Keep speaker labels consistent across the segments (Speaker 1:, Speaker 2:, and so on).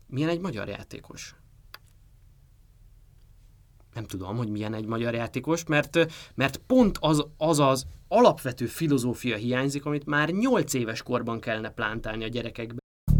Speaker 1: milyen egy magyar játékos? Nem tudom, hogy milyen egy magyar játékos, mert pont az alapvető filozófia hiányzik, amit már 8 éves korban kellene plántálni a gyerekekbe.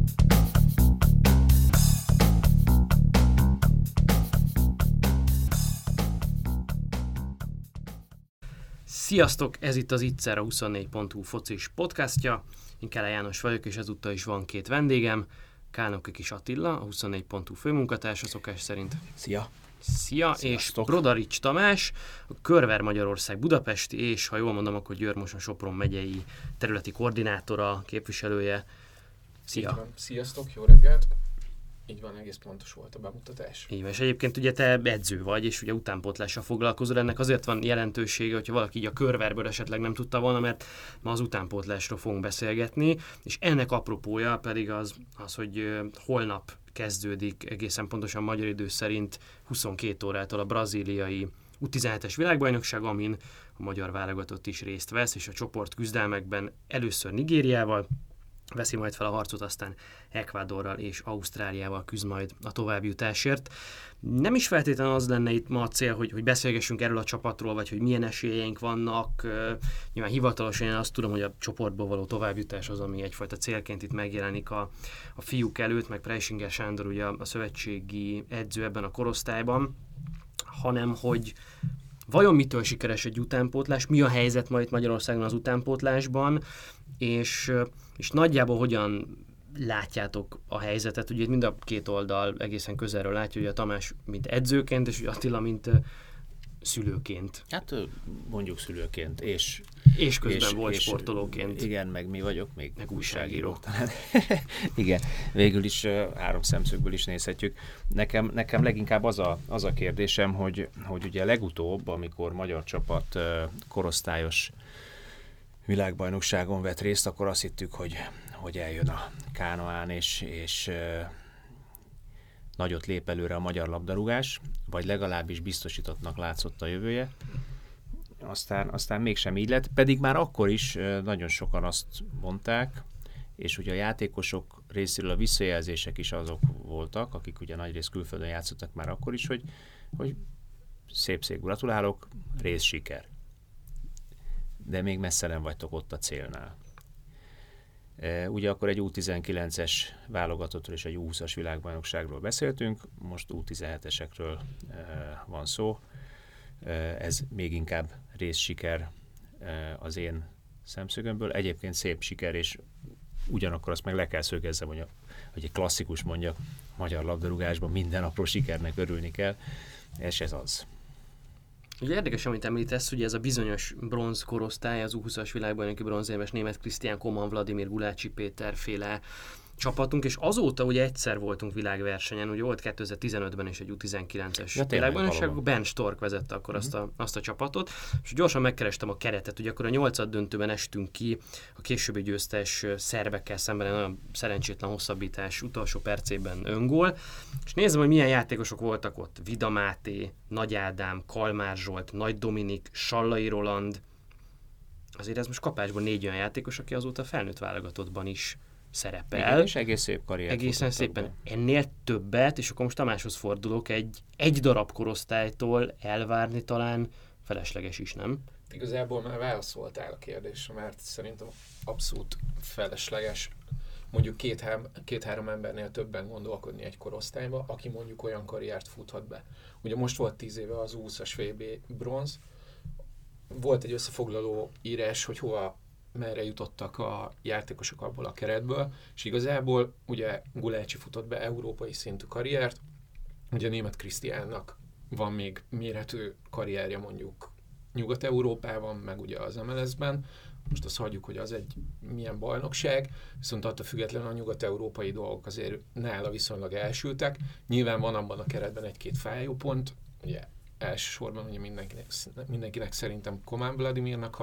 Speaker 1: Sziasztok! Ez itt az Ittszer, a 24.hu focis podcastja. Én Kele János vagyok, és ezúttal is van két vendégem. Kálnoki Kis Attila, a 24.hu főmunkatársa szokás szerint.
Speaker 2: Szia!
Speaker 1: Szia!
Speaker 2: Sziasztok.
Speaker 1: És Brodarics Tamás, a Körver Magyarország budapesti, és ha jól mondom, akkor Győr-Moson-Sopron megyei területi koordinátora, képviselője. Szia!
Speaker 3: Sziasztok, jó reggelt! Így van, egész pontos volt a bemutatás.
Speaker 1: Így van, és egyébként ugye te edző vagy, és ugye utánpótlással foglalkozol, ennek azért van jelentősége, hogyha valaki így a Körverből esetleg nem tudta volna, mert ma az utánpótlásról fogunk beszélgetni, és ennek apropója pedig az, hogy holnap kezdődik egészen pontosan magyar idő szerint 22 órától a brazíliai U17-es világbajnokság, amin a magyar válogatott is részt vesz, és a csoport küzdelmekben először Nigériával veszi majd fel a harcot, aztán Ecuadorral és Ausztráliával küzd majd a továbbjutásért. Nem is feltétlenül az lenne itt ma a cél, hogy beszélgessünk erről a csapatról, vagy hogy milyen esélyeink vannak. Nyilván hivatalosan én azt tudom, hogy a csoportból való továbbjutás az, ami egyfajta célként itt megjelenik a fiúk előtt, meg Preisinger Sándor ugye a szövetségi edző ebben a korosztályban, hanem hogy vajon mitől sikeres egy utánpótlás, mi a helyzet ma itt Magyarországon az utánpótlásban, és nagyjából hogyan látjátok a helyzetet? Ugye mind a két oldal egészen közelről látja, hogy a Tamás mint edzőként, és Attila mint szülőként.
Speaker 2: Hát mondjuk szülőként, és
Speaker 1: közben volt sportolóként.
Speaker 2: Igen, meg mi vagyok, még
Speaker 1: meg újságíró.
Speaker 2: Talán. Igen, végül is három szemszögből is nézhetjük. Nekem leginkább az a kérdésem, hogy ugye legutóbb, amikor magyar csapat korosztályos világbajnokságon vett részt, akkor azt hittük, hogy eljön a kánoán, és nagyot lép előre a magyar labdarúgás, vagy legalábbis biztosítottnak látszott a jövője. Aztán mégsem így lett, pedig már akkor is nagyon sokan azt mondták, és ugye a játékosok részéről a visszajelzések is azok voltak, akik ugye nagyrészt külföldön játszottak már akkor is, hogy szép gratulálok, rész siker. De még messze nem vagytok ott a célnál. Ugye akkor egy U19-es válogatottról és egy U20-as világbajnokságról beszéltünk, most U17-esekről van szó. Ez még inkább részsiker az én szemszögömből. Egyébként szép siker, és ugyanakkor azt meg le kell szögezzem, hogy egy klasszikus mondja, magyar labdarúgásban minden apró sikernek örülni kell, és ez az.
Speaker 1: Ugye érdekes, amit említesz, hogy ez a bizonyos bronz korosztály, az U20-as világbajnoki bronzérmes német Krisztián Koman, Vladimir Gulácsi Péter féle csapatunk, és azóta ugye egyszer voltunk világversenyen, ugye volt 2015-ben is egy U19-es világbajnokság, Ben Stork vezette akkor azt a csapatot, és gyorsan megkerestem a keretet, ugye akkor a 8. döntőben estünk ki a későbbi győztes szerbekkel szemben, egy nagyon szerencsétlen hosszabbítás utolsó percében öngól, és nézem, hogy milyen játékosok voltak ott: Vida Máté, Nagy Ádám, Kalmár Zsolt, Nagy Dominik, Sallai Roland. Azért ez most kapásból 4 olyan játékos, aki azóta felnőtt válogatottban is szerepel.
Speaker 2: Igen, és egész szép karriert.
Speaker 1: Egészen szépen. Be. Ennél többet, és akkor most Tamáshoz fordulok, egy darab korosztálytól elvárni talán felesleges is, nem?
Speaker 3: Igazából már válaszoltál a kérdésre, mert szerintem abszolút felesleges mondjuk két-három embernél többen gondolkodni egy korosztályba, aki mondjuk olyan karriert futhat be. Ugye most volt 10 éve az U20-as VB bronz, volt egy összefoglaló írás, hogy merre jutottak a játékosok abból a keretből, és igazából ugye Gulácsi futott be európai szintű karriert, ugye német Krisztiánnak van még mérhető karrierje mondjuk Nyugat-Európában, meg ugye az MLS-ben, most azt hagyjuk, hogy az egy milyen bajnokság, viszont attól függetlenül a nyugat-európai dolgok azért nála viszonylag elsültek. Nyilván van abban a keretben egy-két fájó pont, ugye elsősorban ugye mindenkinek szerintem Komán Vladimirnak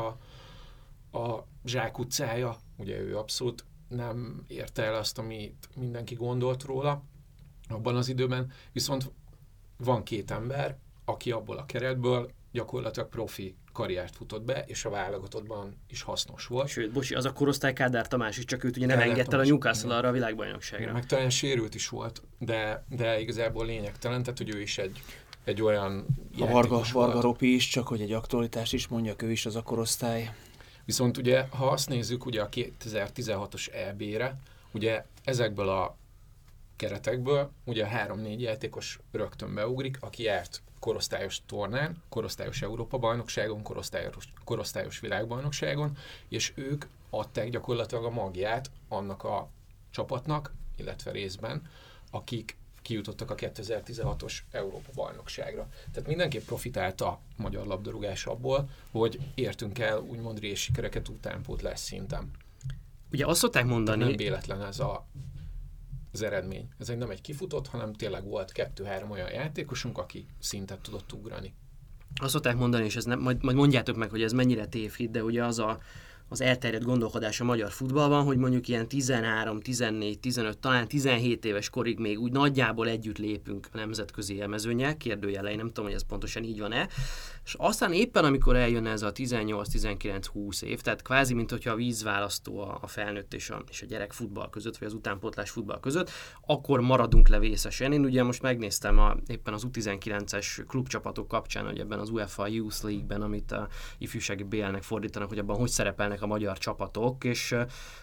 Speaker 3: a zsákutcája, ugye ő abszolút nem érte el azt, amit mindenki gondolt róla abban az időben, viszont van 2 ember, aki abból a keretből gyakorlatilag profi karriert futott be, és a válogatottban is hasznos volt.
Speaker 1: Sőt, bocsi, az a korosztály Kádár Tamás is, csak őt ugye nem
Speaker 3: Kádár
Speaker 1: engedte a
Speaker 3: Tamás,
Speaker 1: Newcastle arra a világbajnokságra.
Speaker 3: Meg talán sérült is volt, de igazából lényegtelen, tehát hogy ő is egy olyan
Speaker 2: a Varga Ropi is, csak hogy egy aktualitás is mondjak, ő is az a korosztály.
Speaker 3: Viszont ugye, ha azt nézzük ugye a 2016-os EB-re, ugye ezekből a keretekből ugye 3-4 játékos rögtön beugrik, aki járt korosztályos tornán, korosztályos Európa-bajnokságon, korosztályos világbajnokságon, és ők adták gyakorlatilag a magját annak a csapatnak, illetve részben, akik kijutottak a 2016-os Európa-bajnokságra. Tehát mindenképp profitált a magyar labdarúgás abból, hogy értünk el úgymond réssikereket utánpótlás szinten.
Speaker 1: Ugye azt szokták mondani...
Speaker 3: Nem véletlen ez az eredmény. Ez nem egy kifutott, hanem tényleg volt 2-3 olyan játékosunk, aki szintet tudott ugrani.
Speaker 1: Azt szokták mondani, és ez nem, majd mondjátok meg, hogy ez mennyire tévhit, de ugye az elterjedt gondolkodás a magyar futballban, hogy mondjuk ilyen 13, 14, 15, talán 17 éves korig még úgy nagyjából együtt lépünk a nemzetközi élmezőnnyel, kérdőjelei, nem tudom, hogy ez pontosan így van-e, és aztán éppen amikor eljön ez a 18, 19, 20 év, tehát kvázi, mint hogyha a vízválasztó a felnőtt és a gyerek futball között, vagy az utánpótlás futball között, akkor maradunk le vészesen. Én ugye most megnéztem éppen az U19-es klubcsapatok kapcsán, hogy ebben az UEFA Youth League-ben, amit a ifjúsági BL-nek fordítanak, hogy abban hogy szerepelnek a magyar csapatok, és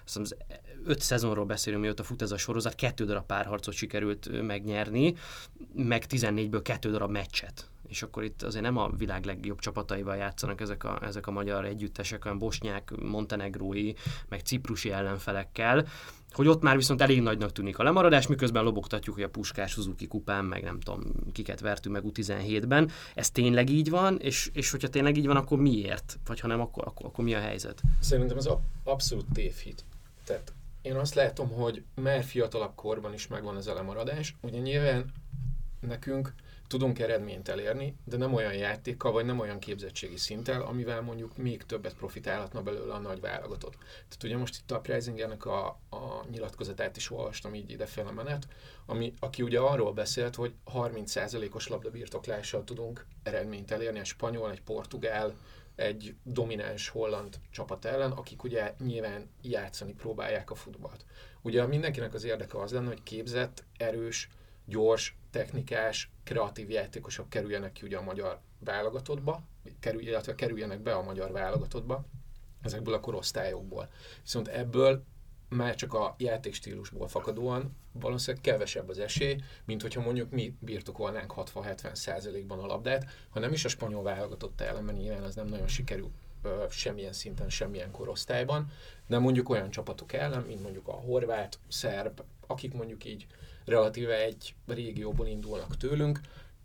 Speaker 1: 5 szezonról beszélünk, mióta fut ez a sorozat, 2 darab párharcot sikerült megnyerni, meg 14-ből 2 darab meccset. És akkor itt azért nem a világ legjobb csapataival játszanak ezek a magyar együttesek, olyan bosnyák, montenegrói, meg ciprusi ellenfelekkel, hogy ott már viszont elég nagynak tűnik a lemaradás, miközben lobogtatjuk, hogy a Puskás Suzuki kupán, meg nem tudom, kiket vertünk meg U17-ben. Ez tényleg így van, és hogyha tényleg így van, akkor miért? Vagy ha nem, akkor mi a helyzet?
Speaker 3: Szerintem ez abszolút tévhit. Tehát én azt látom, hogy már fiatalabb korban is megvan ez a lemaradás. Ugye nyilván nekünk tudunk eredményt elérni, de nem olyan játékkal, vagy nem olyan képzettségi szinttel, amivel mondjuk még többet profitálhatna belőle a nagy válogatott. Tehát ugye most itt a Preisingernek a nyilatkozatát is olvastam így idefele menet, aki ugye arról beszélt, hogy 30%-os labdabirtoklással tudunk eredményt elérni, egy spanyol, egy portugál, egy domináns holland csapat ellen, akik ugye nyilván játszani próbálják a futballt. Ugye mindenkinek az érdeke az lenne, hogy képzett, erős, gyors, technikás, kreatív játékosok kerüljenek ki ugye a magyar válogatottba, illetve kerüljenek be a magyar válogatottba ezekből a korosztályokból. Viszont ebből már csak a játékstílusból fakadóan valószínűleg kevesebb az esély, mint hogyha mondjuk mi birtokolnánk 60-70%-ban a labdát, ha nem is a spanyol válogatott ellen, mert nyilván az nem nagyon sikerül semmilyen szinten, semmilyen korosztályban, de mondjuk olyan csapatok ellen, mint mondjuk a horvát, szerb, akik mondjuk így relatíve egy régióból indulnak tőlünk,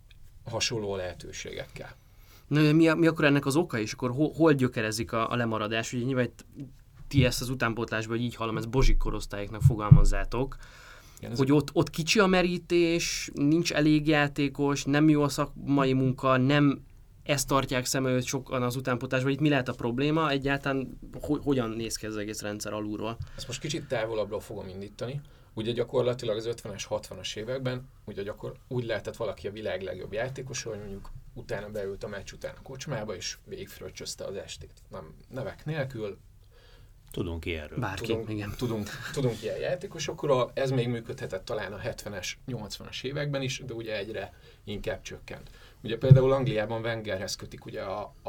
Speaker 3: hasonló lehetőségekkel.
Speaker 1: Na, mi akkor ennek az oka, és akkor hol gyökerezik a lemaradás? Ugye nyilván ti ezt az utánpótlásban, hogy így hallom, ezt bozsik korosztályoknak fogalmazzátok, igen, hogy ott kicsi a merítés, nincs elég játékos, nem jó a szakmai munka, nem ezt tartják szem előtt sokan az utánpótlásban, itt mi lehet a probléma, egyáltalán hogyan néz ki ez az egész rendszer alulról?
Speaker 3: Ezt most kicsit távolabbról fogom indítani. Ugye gyakorlatilag az 50-es, 60-as években ugye úgy lehetett valaki a világ legjobb játékosa, hogy mondjuk utána beült a meccs után a kocsmába, és végigfröccsözte az estét. Nem nevek nélkül.
Speaker 2: Tudunk ilyenről.
Speaker 1: Bárki, igen.
Speaker 3: Tudunk ilyen játékosokról. Ez még működhetett talán a 70-es, 80-as években is, de ugye egyre inkább csökkent. Ugye például Angliában Wengerhez kötik ugye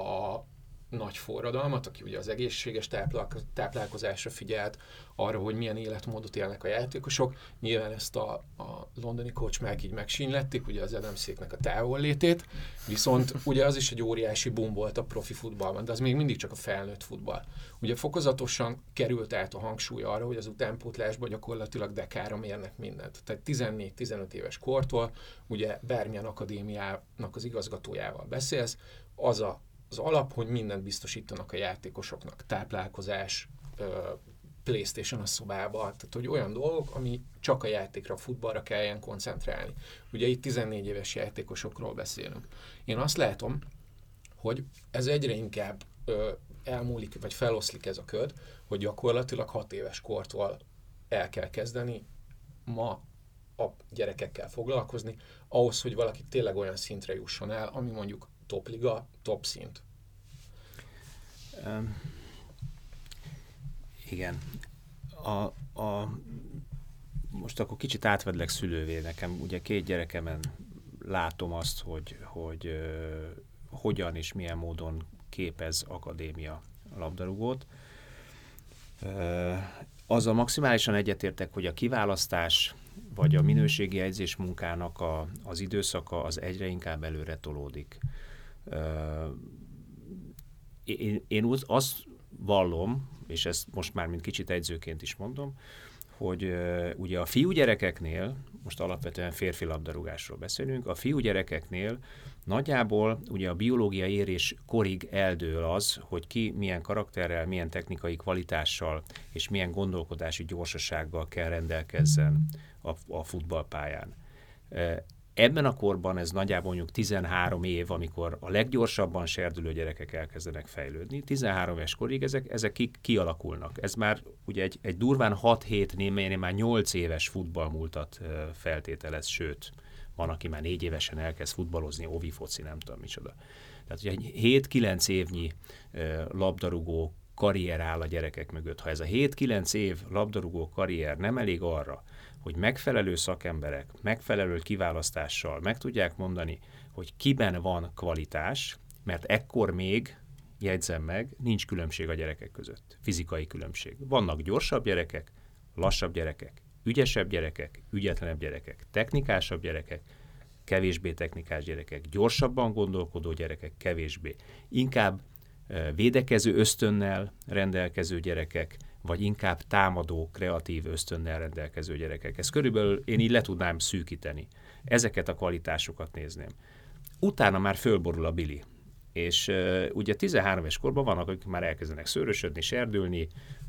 Speaker 3: a nagy forradalmat, aki ugye az egészséges táplálkozásra figyelt, arra, hogy milyen életmódot élnek a játékosok. Nyilván ezt a londoni kocsmák így megsínlették, ugye az Adamséknek a távollétét, viszont ugye az is egy óriási boom volt a profi futballban, de az még mindig csak a felnőtt futball. Ugye fokozatosan került át a hangsúly arra, hogy az utánpótlásban gyakorlatilag dekára mérnek mindent. Tehát 14-15 éves kortól, ugye bármilyen akadémiának az igazgatójával beszélsz, az alap, hogy mindent biztosítanak a játékosoknak, táplálkozás, PlayStation a szobába, tehát hogy olyan dolgok, ami csak a játékra, a futballra kelljen koncentrálni. Ugye itt 14 éves játékosokról beszélünk. Én azt látom, hogy ez egyre inkább elmúlik, vagy feloszlik ez a köd, hogy gyakorlatilag 6 éves kortól el kell kezdeni ma a gyerekekkel foglalkozni, ahhoz, hogy valaki tényleg olyan szintre jusson el, ami mondjuk topliga, top szint.
Speaker 2: Igen. Most akkor kicsit átvedlek szülővé. Nekem ugye 2 gyerekemen látom azt, hogy hogyan és milyen módon képez akadémia labdarúgót. Azzal maximálisan egyetértek, hogy a kiválasztás vagy a minőségi edzés munkának az időszaka az egyre inkább előre tolódik. Én azt vallom, és ezt most már mint kicsit edzőként is mondom, hogy ugye a fiúgyerekeknél, most alapvetően férfi labdarúgásról beszélünk, a fiúgyerekeknél nagyjából ugye a biológiai érés korig eldől az, hogy ki milyen karakterrel, milyen technikai kvalitással és milyen gondolkodási gyorsasággal kell rendelkezzen a futballpályán. Ebben a korban ez nagyjából mondjuk 13 év, amikor a leggyorsabban serdülő gyerekek elkezdenek fejlődni. 13 éves korig ezek kialakulnak. Ez már ugye egy durván 6-7 némelyén már 8 éves futballmúltat feltételez, sőt, van, aki már 4 évesen elkezd futballozni, óvi foci, nem tudom micsoda. Tehát ugye 7-9 évnyi labdarúgó karrier áll a gyerekek mögött. Ha ez a 7-9 év labdarúgó karrier nem elég arra, hogy megfelelő szakemberek, megfelelő kiválasztással meg tudják mondani, hogy kiben van kvalitás, mert ekkor még, jegyzem meg, nincs különbség a gyerekek között, fizikai különbség. Vannak gyorsabb gyerekek, lassabb gyerekek, ügyesebb gyerekek, ügyetlenebb gyerekek, technikásabb gyerekek, kevésbé technikás gyerekek, gyorsabban gondolkodó gyerekek, kevésbé. Inkább védekező ösztönnel rendelkező gyerekek, vagy inkább támadó, kreatív ösztönnel rendelkező gyerekek. Ezt körülbelül én így le tudnám szűkíteni. Ezeket a kvalitásokat nézném. Utána már fölborul a bili. És ugye 13 éves korban vannak, akik már elkezdenek szőrösödni, serdülni,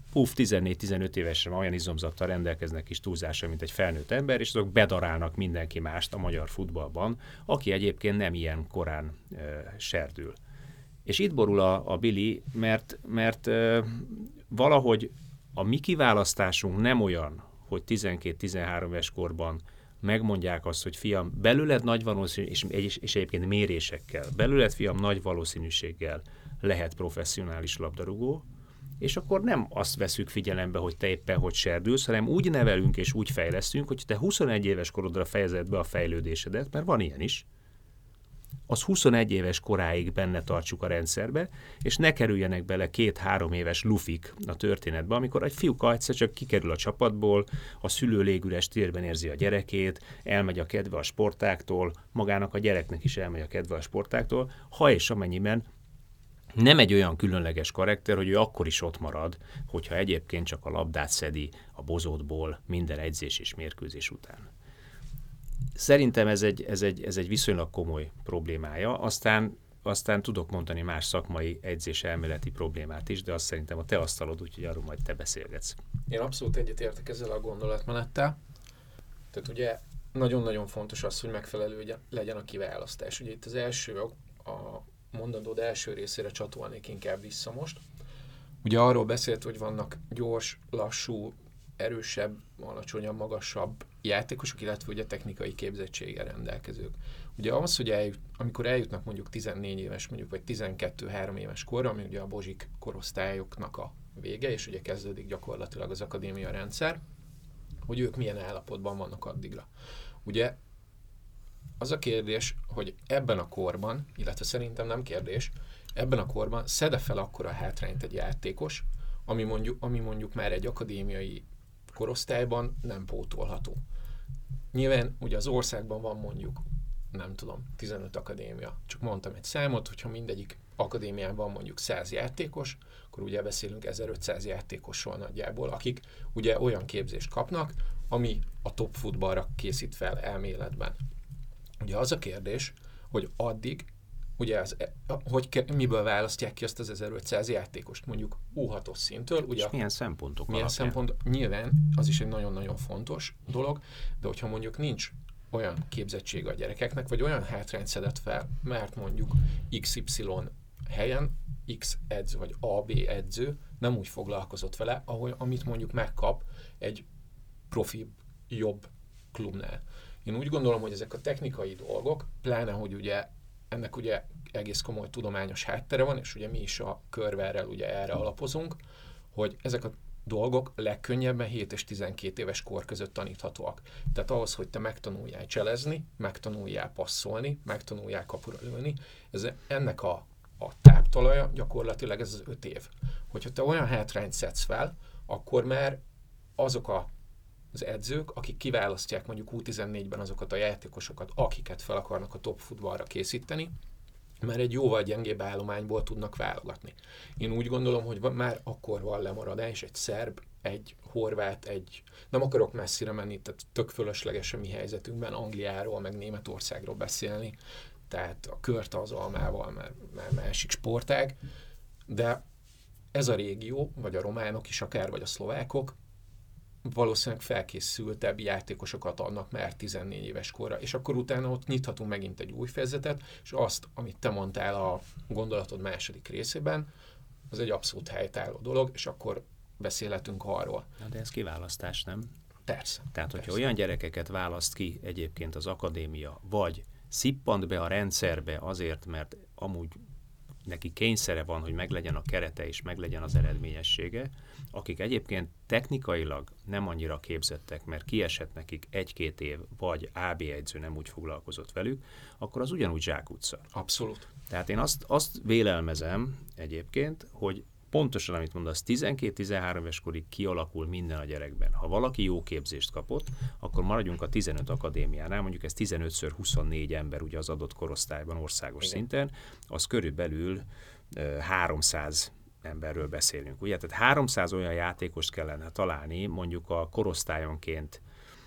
Speaker 2: 14-15 évesen olyan izomzattal rendelkeznek kis túlzásra, mint egy felnőtt ember, és azok bedarálnak mindenki mást a magyar futballban, aki egyébként nem ilyen korán serdül. És itt borul a bili, mert valahogy a mi kiválasztásunk nem olyan, hogy 12-13 éves korban megmondják azt, hogy fiam, belőled nagy valószínűséggel, és egyébként mérésekkel, belőled fiam nagy valószínűséggel lehet professzionális labdarúgó, és akkor nem azt veszük figyelembe, hogy te éppen hogy serdülsz, hanem úgy nevelünk és úgy fejlesztünk, hogy te 21 éves korodra fejezed be a fejlődésedet, mert van ilyen is, az 21 éves koráig benne tartsuk a rendszerbe, és ne kerüljenek bele 2-3 éves lufik a történetbe, amikor egy fiúka egyszer csak kikerül a csapatból, a szülő légüres térben érzi a gyerekét, elmegy a kedve a sportáktól, magának a gyereknek is elmegy a kedve a sportáktól, ha és amennyiben nem egy olyan különleges karakter, hogy ő akkor is ott marad, hogyha egyébként csak a labdát szedi a bozótból minden edzés és mérkőzés után. Szerintem ez egy viszonylag komoly problémája, aztán tudok mondani más szakmai edzés elméleti problémát is, de azt szerintem a te asztalod, úgyhogy arról majd te beszélgetsz.
Speaker 3: Én abszolút egyetértek ezzel a gondolatmenettel. Tehát ugye nagyon-nagyon fontos az, hogy megfelelő legyen a kiválasztás. Ugye itt az első, a mondandód első részére csatolnék inkább vissza most. Ugye arról beszélt, hogy vannak gyors, lassú, erősebb, alacsonyabb, magasabb játékosok, illetve ugye technikai képzettséggel rendelkezők. Ugye az, hogy amikor eljutnak mondjuk 14 éves, mondjuk vagy 12-3 éves korra, ami ugye a bozsik korosztályoknak a vége, és ugye kezdődik gyakorlatilag az akadémia rendszer, hogy ők milyen állapotban vannak addigra. Ugye az a kérdés, hogy ebben a korban, illetve szerintem nem kérdés, ebben a korban szed-e fel akkora hátrányt egy játékos, ami mondjuk már egy akadémiai korosztályban nem pótolható. Nyilván ugye az országban van mondjuk, nem tudom, 15 akadémia. Csak mondtam egy számot, hogyha mindegyik akadémián van mondjuk 100 játékos, akkor ugye beszélünk 1500 játékosról nagyjából, akik ugye olyan képzést kapnak, ami a top futballra készít fel elméletben. Ugye az a kérdés, hogy addig ugye miből választják ki azt az 1500 játékost, mondjuk U6-os szintől. Ugye
Speaker 2: és milyen szempontok
Speaker 3: milyen
Speaker 2: alapján?
Speaker 3: szempont? Nyilván, az is egy nagyon-nagyon fontos dolog, de hogyha mondjuk nincs olyan képzettsége a gyerekeknek, vagy olyan hátrányt szedett fel, mert mondjuk XY helyen X edző, vagy AB edző nem úgy foglalkozott vele, amit mondjuk megkap egy profi jobb klubnál. Én úgy gondolom, hogy ezek a technikai dolgok, pláne, hogy ugye ennek ugye egész komoly tudományos háttere van, és ugye mi is a Körverrel ugye erre alapozunk, hogy ezek a dolgok legkönnyebben 7 és 12 éves kor között taníthatóak. Tehát ahhoz, hogy te megtanuljál cselezni, megtanuljál passzolni, megtanuljál kapura lőni, ennek a táptalaja gyakorlatilag ez az 5 év. Hogyha te olyan hátrányt szedsz fel, akkor már azok az edzők, akik kiválasztják mondjuk U14-ben azokat a játékosokat, akiket fel akarnak a top futballra készíteni, mert egy jóval gyengébb állományból tudnak válogatni. Én úgy gondolom, hogy már akkor van lemaradás, egy szerb, egy horvát, nem akarok messzire menni, tehát tök fölösleges a mi helyzetünkben Angliáról, meg Németországról beszélni, tehát a kört az almával, mert másik sportág, de ez a régió, vagy a románok is akár, vagy a szlovákok valószínűleg felkészültebb játékosokat adnak már 14 éves korra, és akkor utána ott nyithatunk megint egy új fejezetet, és azt, amit te mondtál a gondolatod második részében, az egy abszolút helytálló dolog, és akkor beszélhetünk arról.
Speaker 2: Na, de ez kiválasztás, nem?
Speaker 3: Persze.
Speaker 2: Tehát, hogyha
Speaker 3: persze.
Speaker 2: olyan gyerekeket választ ki egyébként az akadémia, vagy szippant be a rendszerbe azért, mert amúgy neki kényszere van, hogy meglegyen a kerete és meglegyen az eredményessége, akik egyébként technikailag nem annyira képzettek, mert kiesett nekik 1-2 év, vagy AB edző nem úgy foglalkozott velük, akkor az ugyanúgy zsákutca.
Speaker 3: Abszolút.
Speaker 2: Tehát én azt vélelmezem egyébként, hogy pontosan, amit mondasz, 12-13 éves korig kialakul minden a gyerekben. Ha valaki jó képzést kapott, akkor maradjunk a 15 akadémiánál, mondjuk ez 15x24 ember ugye az adott korosztályban országos szinten, az körülbelül 300 emberről beszélünk. Ugye? Tehát 300 olyan játékost kellene találni, mondjuk a korosztályonként,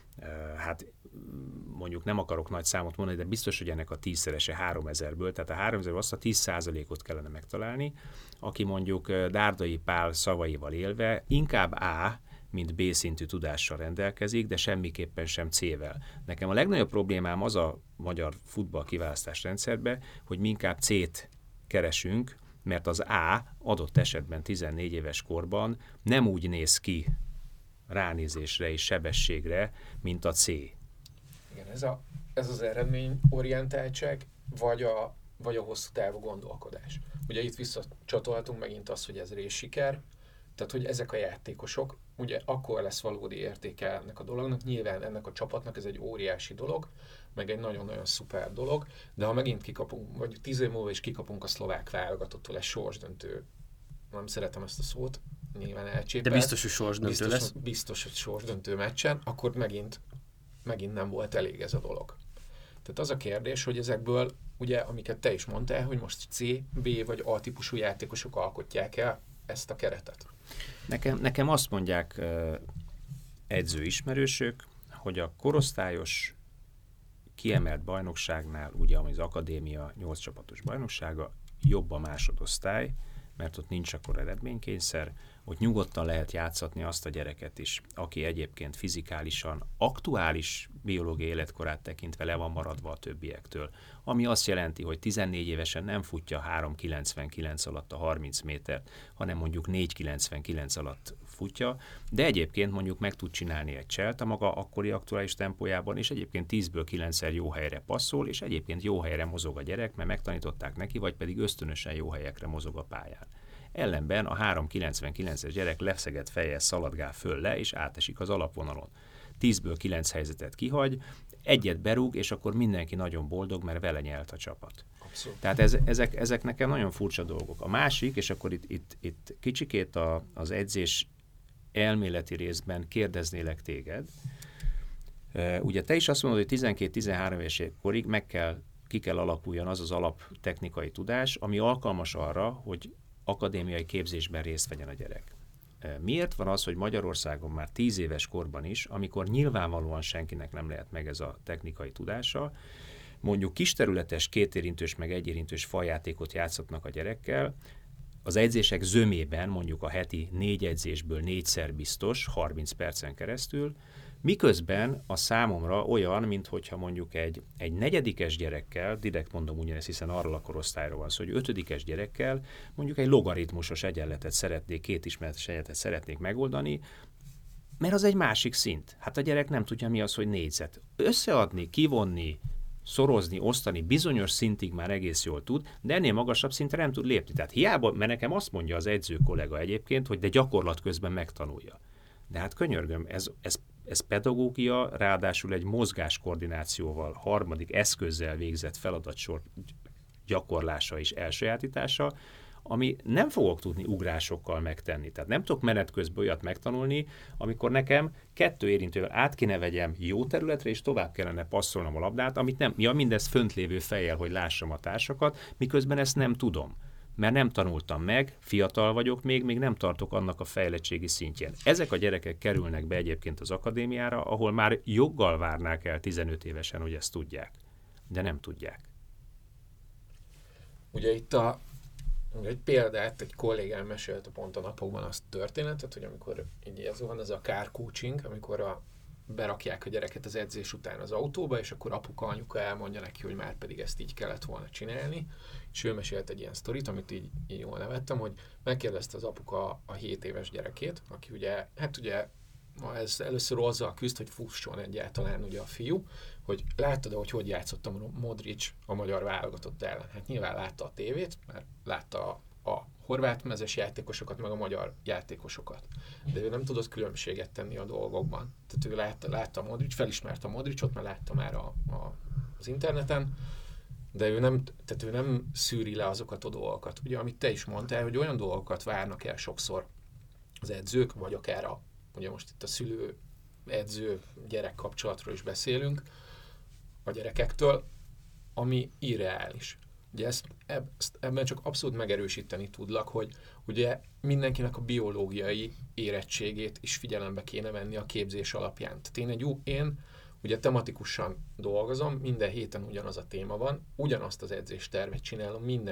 Speaker 2: hát mondjuk nem akarok nagy számot mondani, de biztos, hogy ennek a 10-szerese 3000-ből, tehát a 3000-ből azt a 10%-ot kellene megtalálni, aki mondjuk Dárdai Pál szavaival élve inkább A, mint B szintű tudással rendelkezik, de semmiképpen sem C-vel. Nekem a legnagyobb problémám az a magyar futball kiválasztás rendszerben, hogy mi inkább C-t keresünk, mert az A adott esetben 14 éves korban nem úgy néz ki ránézésre és sebességre, mint a C.
Speaker 3: Igen, ez az eredményorientáltság, vagy a hosszú távú gondolkodás. Ugye itt visszacsatolhatunk megint azt, hogy ez részsiker, tehát hogy ezek a játékosok, ugye akkor lesz valódi értéke ennek a dolognak, nyilván ennek a csapatnak ez egy óriási dolog, meg egy nagyon-nagyon szuper dolog, de ha megint kikapunk, vagy 10 év múlva is kikapunk a szlovák válogatottól egy sorsdöntő, nem szeretem ezt a szót, nyilván elcsépelt.
Speaker 1: De biztos, hogy sorsdöntő lesz.
Speaker 3: Biztos, hogy sorsdöntő meccsen, akkor megint nem volt elég ez a dolog. Tehát az a kérdés, hogy ezekből, ugye, amiket te is mondtál, hogy most C, B vagy A típusú játékosok alkotják el ezt a keretet.
Speaker 2: Nekem azt mondják edzőismerősök, hogy a korosztályos kiemelt bajnokságnál, ugye ami az akadémia 8 csapatos bajnoksága, jobb a másodosztály, mert ott nincs akkor eredménykényszer, ott nyugodtan lehet játszatni azt a gyereket is, aki egyébként fizikálisan aktuális biológiai életkorát tekintve le van maradva a többiektől, ami azt jelenti, hogy 14 évesen nem futja 3,99 alatt a 30 métert, hanem mondjuk 4,99 alatt futja, de egyébként mondjuk meg tud csinálni egy cselt a maga akkori aktuális tempójában, és egyébként 10-ből 9-szer jó helyre passzol, és egyébként jó helyre mozog a gyerek, mert megtanították neki, vagy pedig ösztönösen jó helyekre mozog a pályán. Ellenben a 3,99-es gyerek leszegett fejjel szaladgál föl le, és átesik az alapvonalon. 10-ből 9 helyzetet kihagy, egyet berúg, és akkor mindenki nagyon boldog, mert vele nyelt a csapat.
Speaker 3: Abszolút.
Speaker 2: Tehát ezek nekem nagyon furcsa dolgok. A másik, és akkor itt kicsikét az edzés elméleti részben kérdeznélek téged. Ugye te is azt mondod, hogy 12-13 éves korig ki kell alakuljon az az alaptechnikai tudás, ami alkalmas arra, hogy akadémiai képzésben részt vegyen a gyerek. Miért van az, hogy Magyarországon már 10 éves korban is, amikor nyilvánvalóan senkinek nem lehet meg ez a technikai tudása, mondjuk kisterületes, kétérintős meg egyérintős faljátékot játszatnak a gyerekkel, az edzések zömében mondjuk a heti 4 edzésből 4-szer biztos, 30 percen keresztül, miközben a számomra olyan, minthogyha mondjuk egy negyedikes gyerekkel, direkt mondom ugyanezt, hiszen arról a korosztályról van szó, hogy 5-es gyerekkel mondjuk egy logaritmusos egyenletet szeretnék, két ismeretes egyenletet szeretnék megoldani, mert az egy másik szint. Hát a gyerek nem tudja, mi az, hogy négyzet. Összeadni, kivonni, szorozni, osztani, bizonyos szintig már egész jól tud, de ennél magasabb szintre nem tud lépni. Tehát hiába, mert nekem azt mondja az edző kollega egyébként, hogy de gyakorlat közben megtanulja. De hát könyörgöm, ez pedagógia, ráadásul egy mozgáskoordinációval, harmadik eszközzel végzett feladatsor gyakorlása és elsajátítása, ami nem fogok tudni ugrásokkal megtenni. Tehát nem tudok menet közben olyat megtanulni, amikor nekem 2 érintővel át kéne vegyem jó területre, és tovább kellene passzolnom a labdát, amit nem, mindez fönt lévő fejjel, hogy lássam a társakat, miközben ezt nem tudom. Mert nem tanultam meg, fiatal vagyok még nem tartok annak a fejlettségi szintjén. Ezek a gyerekek kerülnek be egyébként az akadémiára, ahol már joggal várnák el 15 évesen, hogy ezt tudják. De nem tudják.
Speaker 3: Ugye itt egy példát, egy kollégám mesélte pont a napokban azt történetet, hogy amikor így ez van, ez a car coaching, amikor berakják a gyereket az edzés után az autóba, és akkor apuka, anyuka elmondja neki, hogy már pedig ezt így kellett volna csinálni. És ő mesélt egy ilyen sztorit, amit így jól nevettem, hogy megkérdezte az apuka a 7 éves gyerekét, aki ugye ez először azzal küzd, hogy fusson egyáltalán ugye a fiú, hogy láttad, hogy játszott a Modric a magyar válogatott ellen. Hát nyilván látta a tévét, mert látta a horvát mezes játékosokat, meg a magyar játékosokat. De ő nem tudott különbséget tenni a dolgokban. Tehát ő látta a Modric, felismerte a Modricot, mert látta már az interneten, de ő nem szűri le azokat a dolgokat. Ugye, amit te is mondtál, hogy olyan dolgokat várnak el sokszor az edzők, vagy akár ugye most itt a szülő-edző-gyerek kapcsolatról is beszélünk, a gyerekektől, ami irreális. Ugye ebben csak abszolút megerősíteni tudlak, hogy ugye mindenkinek a biológiai érettségét is figyelembe kéne venni a képzés alapján. Tehát én ugye tematikusan dolgozom, minden héten ugyanaz a téma van, ugyanazt az edzéstervet csinálom minden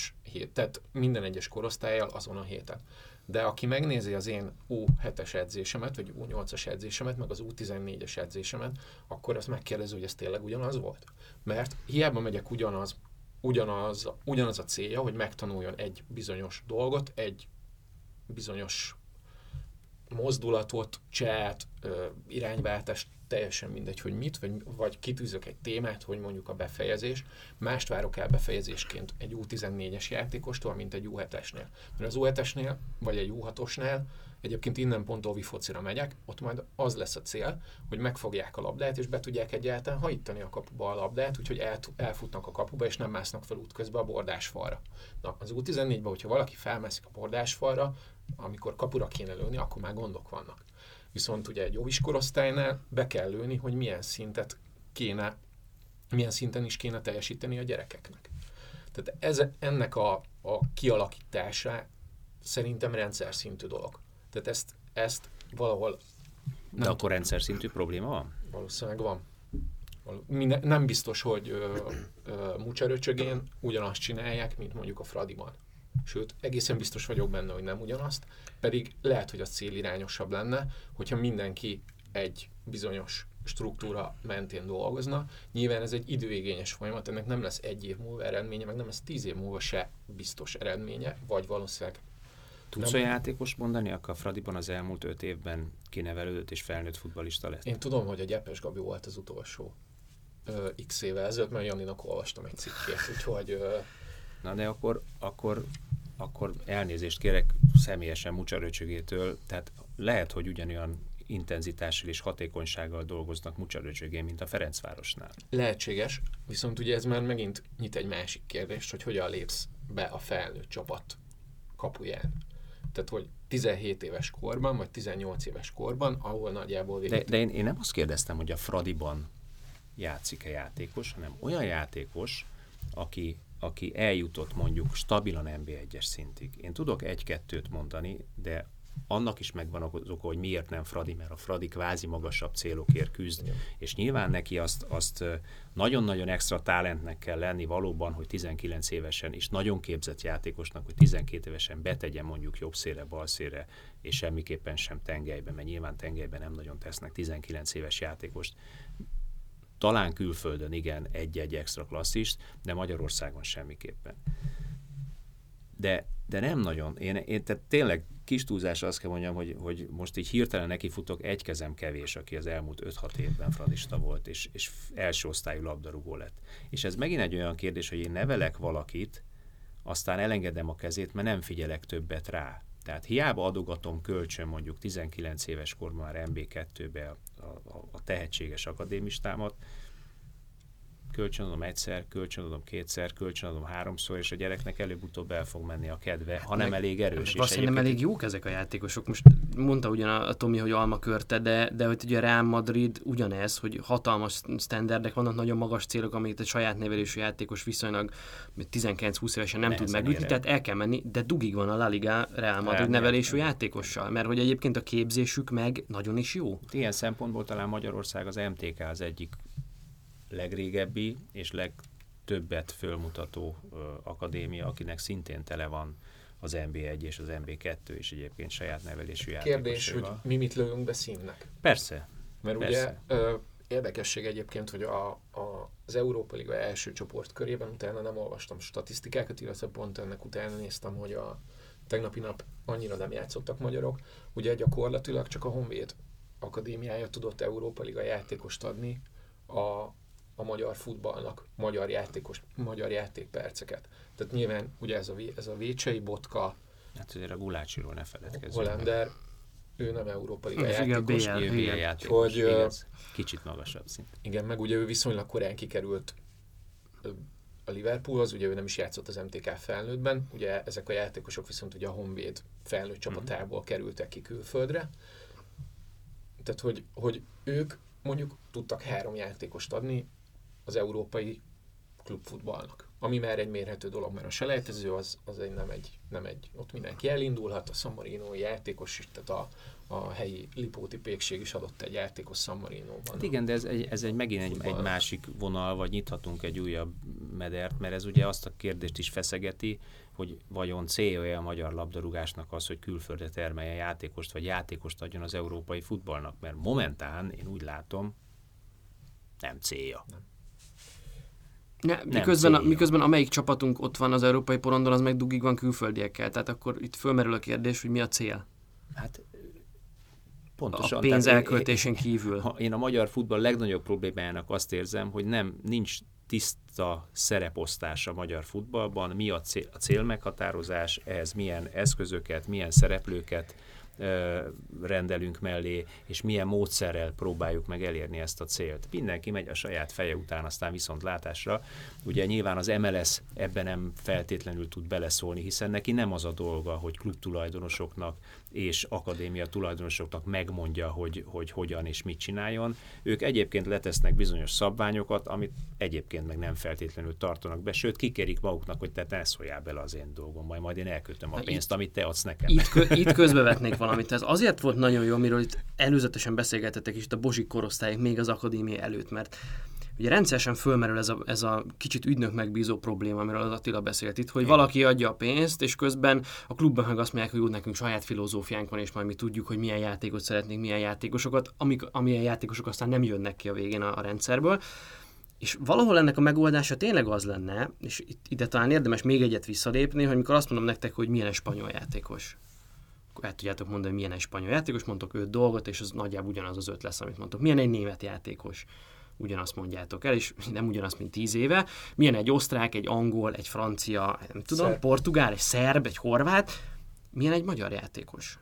Speaker 3: egyes korosztállyal azon a héten. De aki megnézi az én U7-es edzésemet, vagy U8-as edzésemet, meg az U14-es edzésemet, akkor azt megkérdezi, hogy ez tényleg ugyanaz volt. Mert hiába megyek ugyanaz a célja, hogy megtanuljon egy bizonyos dolgot, egy bizonyos mozdulatot, csát, irányváltást, teljesen mindegy, hogy mit, vagy kitűzök egy témát, hogy mondjuk a befejezés. Mást várok el befejezésként egy U14-es játékostól, mint egy U7-esnél. Mert az U7-esnél, vagy egy U6-osnál, egyébként innen pont óvi focira megyek, ott majd az lesz a cél, hogy megfogják a labdát, és be tudják egyáltalán hajítani a kapuba a labdát, úgyhogy elfutnak a kapuba, és nem másznak fel útközben a bordásfalra. Na, az U14-ben, hogyha valaki felmászik a bordásfalra, amikor kapura kéne lőni, akkor már gondok vannak. Viszont ugye egy óvis korosztálynál be kell lőni, hogy milyen szinten is kéne teljesíteni a gyerekeknek. Tehát ennek a kialakítása szerintem rendszer szintű dolog. Tehát ezt valahol...
Speaker 2: De akkor rendszer szintű probléma van?
Speaker 3: Valószínűleg van. Nem biztos, hogy Mucseröcsögén ugyanazt csinálják, mint mondjuk a Fradiban. Sőt, egészen biztos vagyok benne, hogy nem ugyanazt, pedig lehet, hogy a célirányosabb lenne, hogyha mindenki egy bizonyos struktúra mentén dolgozna. Nyilván ez egy időigényes folyamat, ennek nem lesz 1 év múlva eredménye, meg nem lesz 10 év múlva se biztos eredménye, vagy valószínűleg...
Speaker 2: Tudsz olyan játékos mondani, aki a Fradiban az elmúlt 5 évben kinevelődött és felnőtt futballista lett?
Speaker 3: Én tudom, hogy a Gyepes Gabi volt az utolsó x évvel ezelőtt, mert Janinak olvastam egy cikkét, úgyhogy...
Speaker 2: Na de akkor elnézést kérek személyesen Mucseröcsögétől, tehát lehet, hogy ugyanolyan intenzitással és hatékonysággal dolgoznak Mucseröcsögén, mint a Ferencvárosnál.
Speaker 3: Lehetséges, viszont ugye ez már megint nyit egy másik kérdést, hogy hogyan lépsz be a felnőtt csapat kapuján. Tehát, hogy 17 éves korban, vagy 18 éves korban, ahol nagyjából...
Speaker 2: De én nem azt kérdeztem, hogy a Fradiban játszik-e játékos, hanem olyan játékos, aki eljutott mondjuk stabilan NB1-es szintig. Én tudok 1-2-t mondani, de annak is megvan az oka, hogy miért nem Fradi, mert a Fradi kvázi magasabb célokért küzd, igen. És nyilván neki azt nagyon-nagyon extra talentnek kell lenni valóban, hogy 19 évesen, és nagyon képzett játékosnak, hogy 12 évesen betegyen mondjuk jobb szélre, bal szélre, és semmiképpen sem tengelybe, mert nyilván tengelyben nem nagyon tesznek 19 éves játékost. Talán külföldön igen, egy-egy extra klasszist, de Magyarországon semmiképpen. De nem nagyon. Én tehát tényleg kis túlzás azt kell mondjam, hogy most így hirtelen nekifutok, egy kezem kevés, aki az elmúlt 5-6 évben fradista volt, és első osztályú labdarúgó lett. És ez megint egy olyan kérdés, hogy én nevelek valakit, aztán elengedem a kezét, mert nem figyelek többet rá. Tehát hiába adogatom kölcsön mondjuk 19 éves korban már MB2-be a tehetséges akadémistámat, kölcsönadom egyszer, kölcsönadom kétszer, kölcsönadom háromszor, és a gyereknek előbb-utóbb el fog menni a kedve, ha nem elég erős.
Speaker 1: Azt nem elég jók ezek a játékosok. Most mondta ugyan a Tomi, hogy almakörte, de hogy ugye Real Madrid ugyanez, hogy hatalmas standardek vannak, nagyon magas célok, amiket egy saját nevelésű játékos viszonylag 19-20 évesen nem tud megütni, tehát el kell menni, de dugig van a La Liga Real Madrid nevelésű játékossal, mert hogy egyébként a képzésük meg nagyon is jó.
Speaker 2: Ilyen szempontból talán Magyarország az MTK az egyik legrégebbi és legtöbbet fölmutató akadémia, akinek szintén tele van az MB1 és az MB2 és egyébként saját nevelésű játékosaival.
Speaker 3: Kérdés, hogy mi mit lövünk be színnek?
Speaker 2: Persze.
Speaker 3: Mert
Speaker 2: persze.
Speaker 3: Ugye érdekesség egyébként, hogy az Európa Liga első csoport körében utána nem olvastam statisztikákat, illetve pont ennek utána néztem, hogy a tegnapi nap annyira nem játszottak magyarok. Ugye gyakorlatilag csak a Honvéd akadémiája tudott Európa Liga játékost adni a magyar futballnak, magyar játékperceket. Tehát nyilván ugye ez a Vécsei, Botka,
Speaker 2: hát azért a Gulácsiról ne feledkezzünk.
Speaker 3: Hollander, ő nem Európa Liga játékos.
Speaker 2: BL játékos, hogy, kicsit magasabb szint.
Speaker 3: Igen, meg ugye ő viszonylag korán kikerült a Liverpoolhoz, ugye ő nem is játszott az MTK felnőttben, ugye ezek a játékosok viszont ugye a Honvéd felnőtt csapatából kerültek ki külföldre. Tehát, hogy ők mondjuk tudtak 3 játékost adni az európai klubfutballnak. Ami már egy mérhető dolog, mert a selejtező az nem egy, ott mindenki elindulhat, a San Marinói játékos is, tehát a helyi Lipóti pékség is adott egy játékos San Marinóban.
Speaker 2: Hát igen, de ez megint egy másik vonal, vagy nyithatunk egy újabb medert, mert ez ugye azt a kérdést is feszegeti, hogy vajon célja a magyar labdarúgásnak az, hogy külföldre termeljen játékost, vagy játékost adjon az európai futballnak, mert momentán én úgy látom, nem célja.
Speaker 1: Miközben amelyik csapatunk ott van az európai porondon, az meg dugig van külföldiekkel. Tehát akkor itt fölmerül a kérdés, hogy mi a cél?
Speaker 2: Hát pontosan.
Speaker 1: A pénz elköltésén kívül.
Speaker 2: Én a magyar futball legnagyobb problémájának azt érzem, hogy nincs tiszta szereposztás a magyar futballban, mi a célmeghatározás, ehhez milyen eszközöket, milyen szereplőket rendelünk mellé, és milyen módszerrel próbáljuk meg elérni ezt a célt. Mindenki megy a saját feje után, aztán viszontlátásra. Ugye nyilván az MLS ebben nem feltétlenül tud beleszólni, hiszen neki nem az a dolga, hogy klubtulajdonosoknak és akadémia tulajdonosoknak megmondja, hogy hogyan és mit csináljon. Ők egyébként letesznek bizonyos szabványokat, amit egyébként meg nem feltétlenül tartanak be, sőt kikérik maguknak, hogy te ne szóljál bele az én dolgom, majd én elkötöm a pénzt, amit te adsz nekem.
Speaker 1: Itt közbevetnék valamit. Ez azért volt nagyon jó, amiről itt előzetesen beszélgettetek is, itt a Bozsik korosztályok még az akadémia előtt, mert ugye rendszeresen fölmerül ez a kicsit ügynök megbízó probléma, amiről az Attila beszélt itt, hogy valaki adja a pénzt, és közben a klubban meg azt mondják, hogy jó, nekünk saját filozófiánk van, és majd mi tudjuk, hogy milyen játékot szeretnénk, milyen játékosokat, amilyen játékosok aztán nem jönnek ki a végén a rendszerből. És valahol ennek a megoldása tényleg az lenne, és ide talán érdemes még egyet visszalépni, hogy mikor azt mondom nektek, hogy milyen egy spanyol játékos, akkor el tudjátok mondani, hogy milyen egy spanyol játékos, mondtok 5 dolgot, és az nagyjából ugyanaz az 5 lesz, amit mondtok. Milyen egy német játékos? Ugyanazt mondjátok el, és nem ugyanazt, mint 10 éve. Milyen egy osztrák, egy angol, egy francia, nem tudom, portugál, egy szerb, egy horvát. Milyen egy magyar játékos?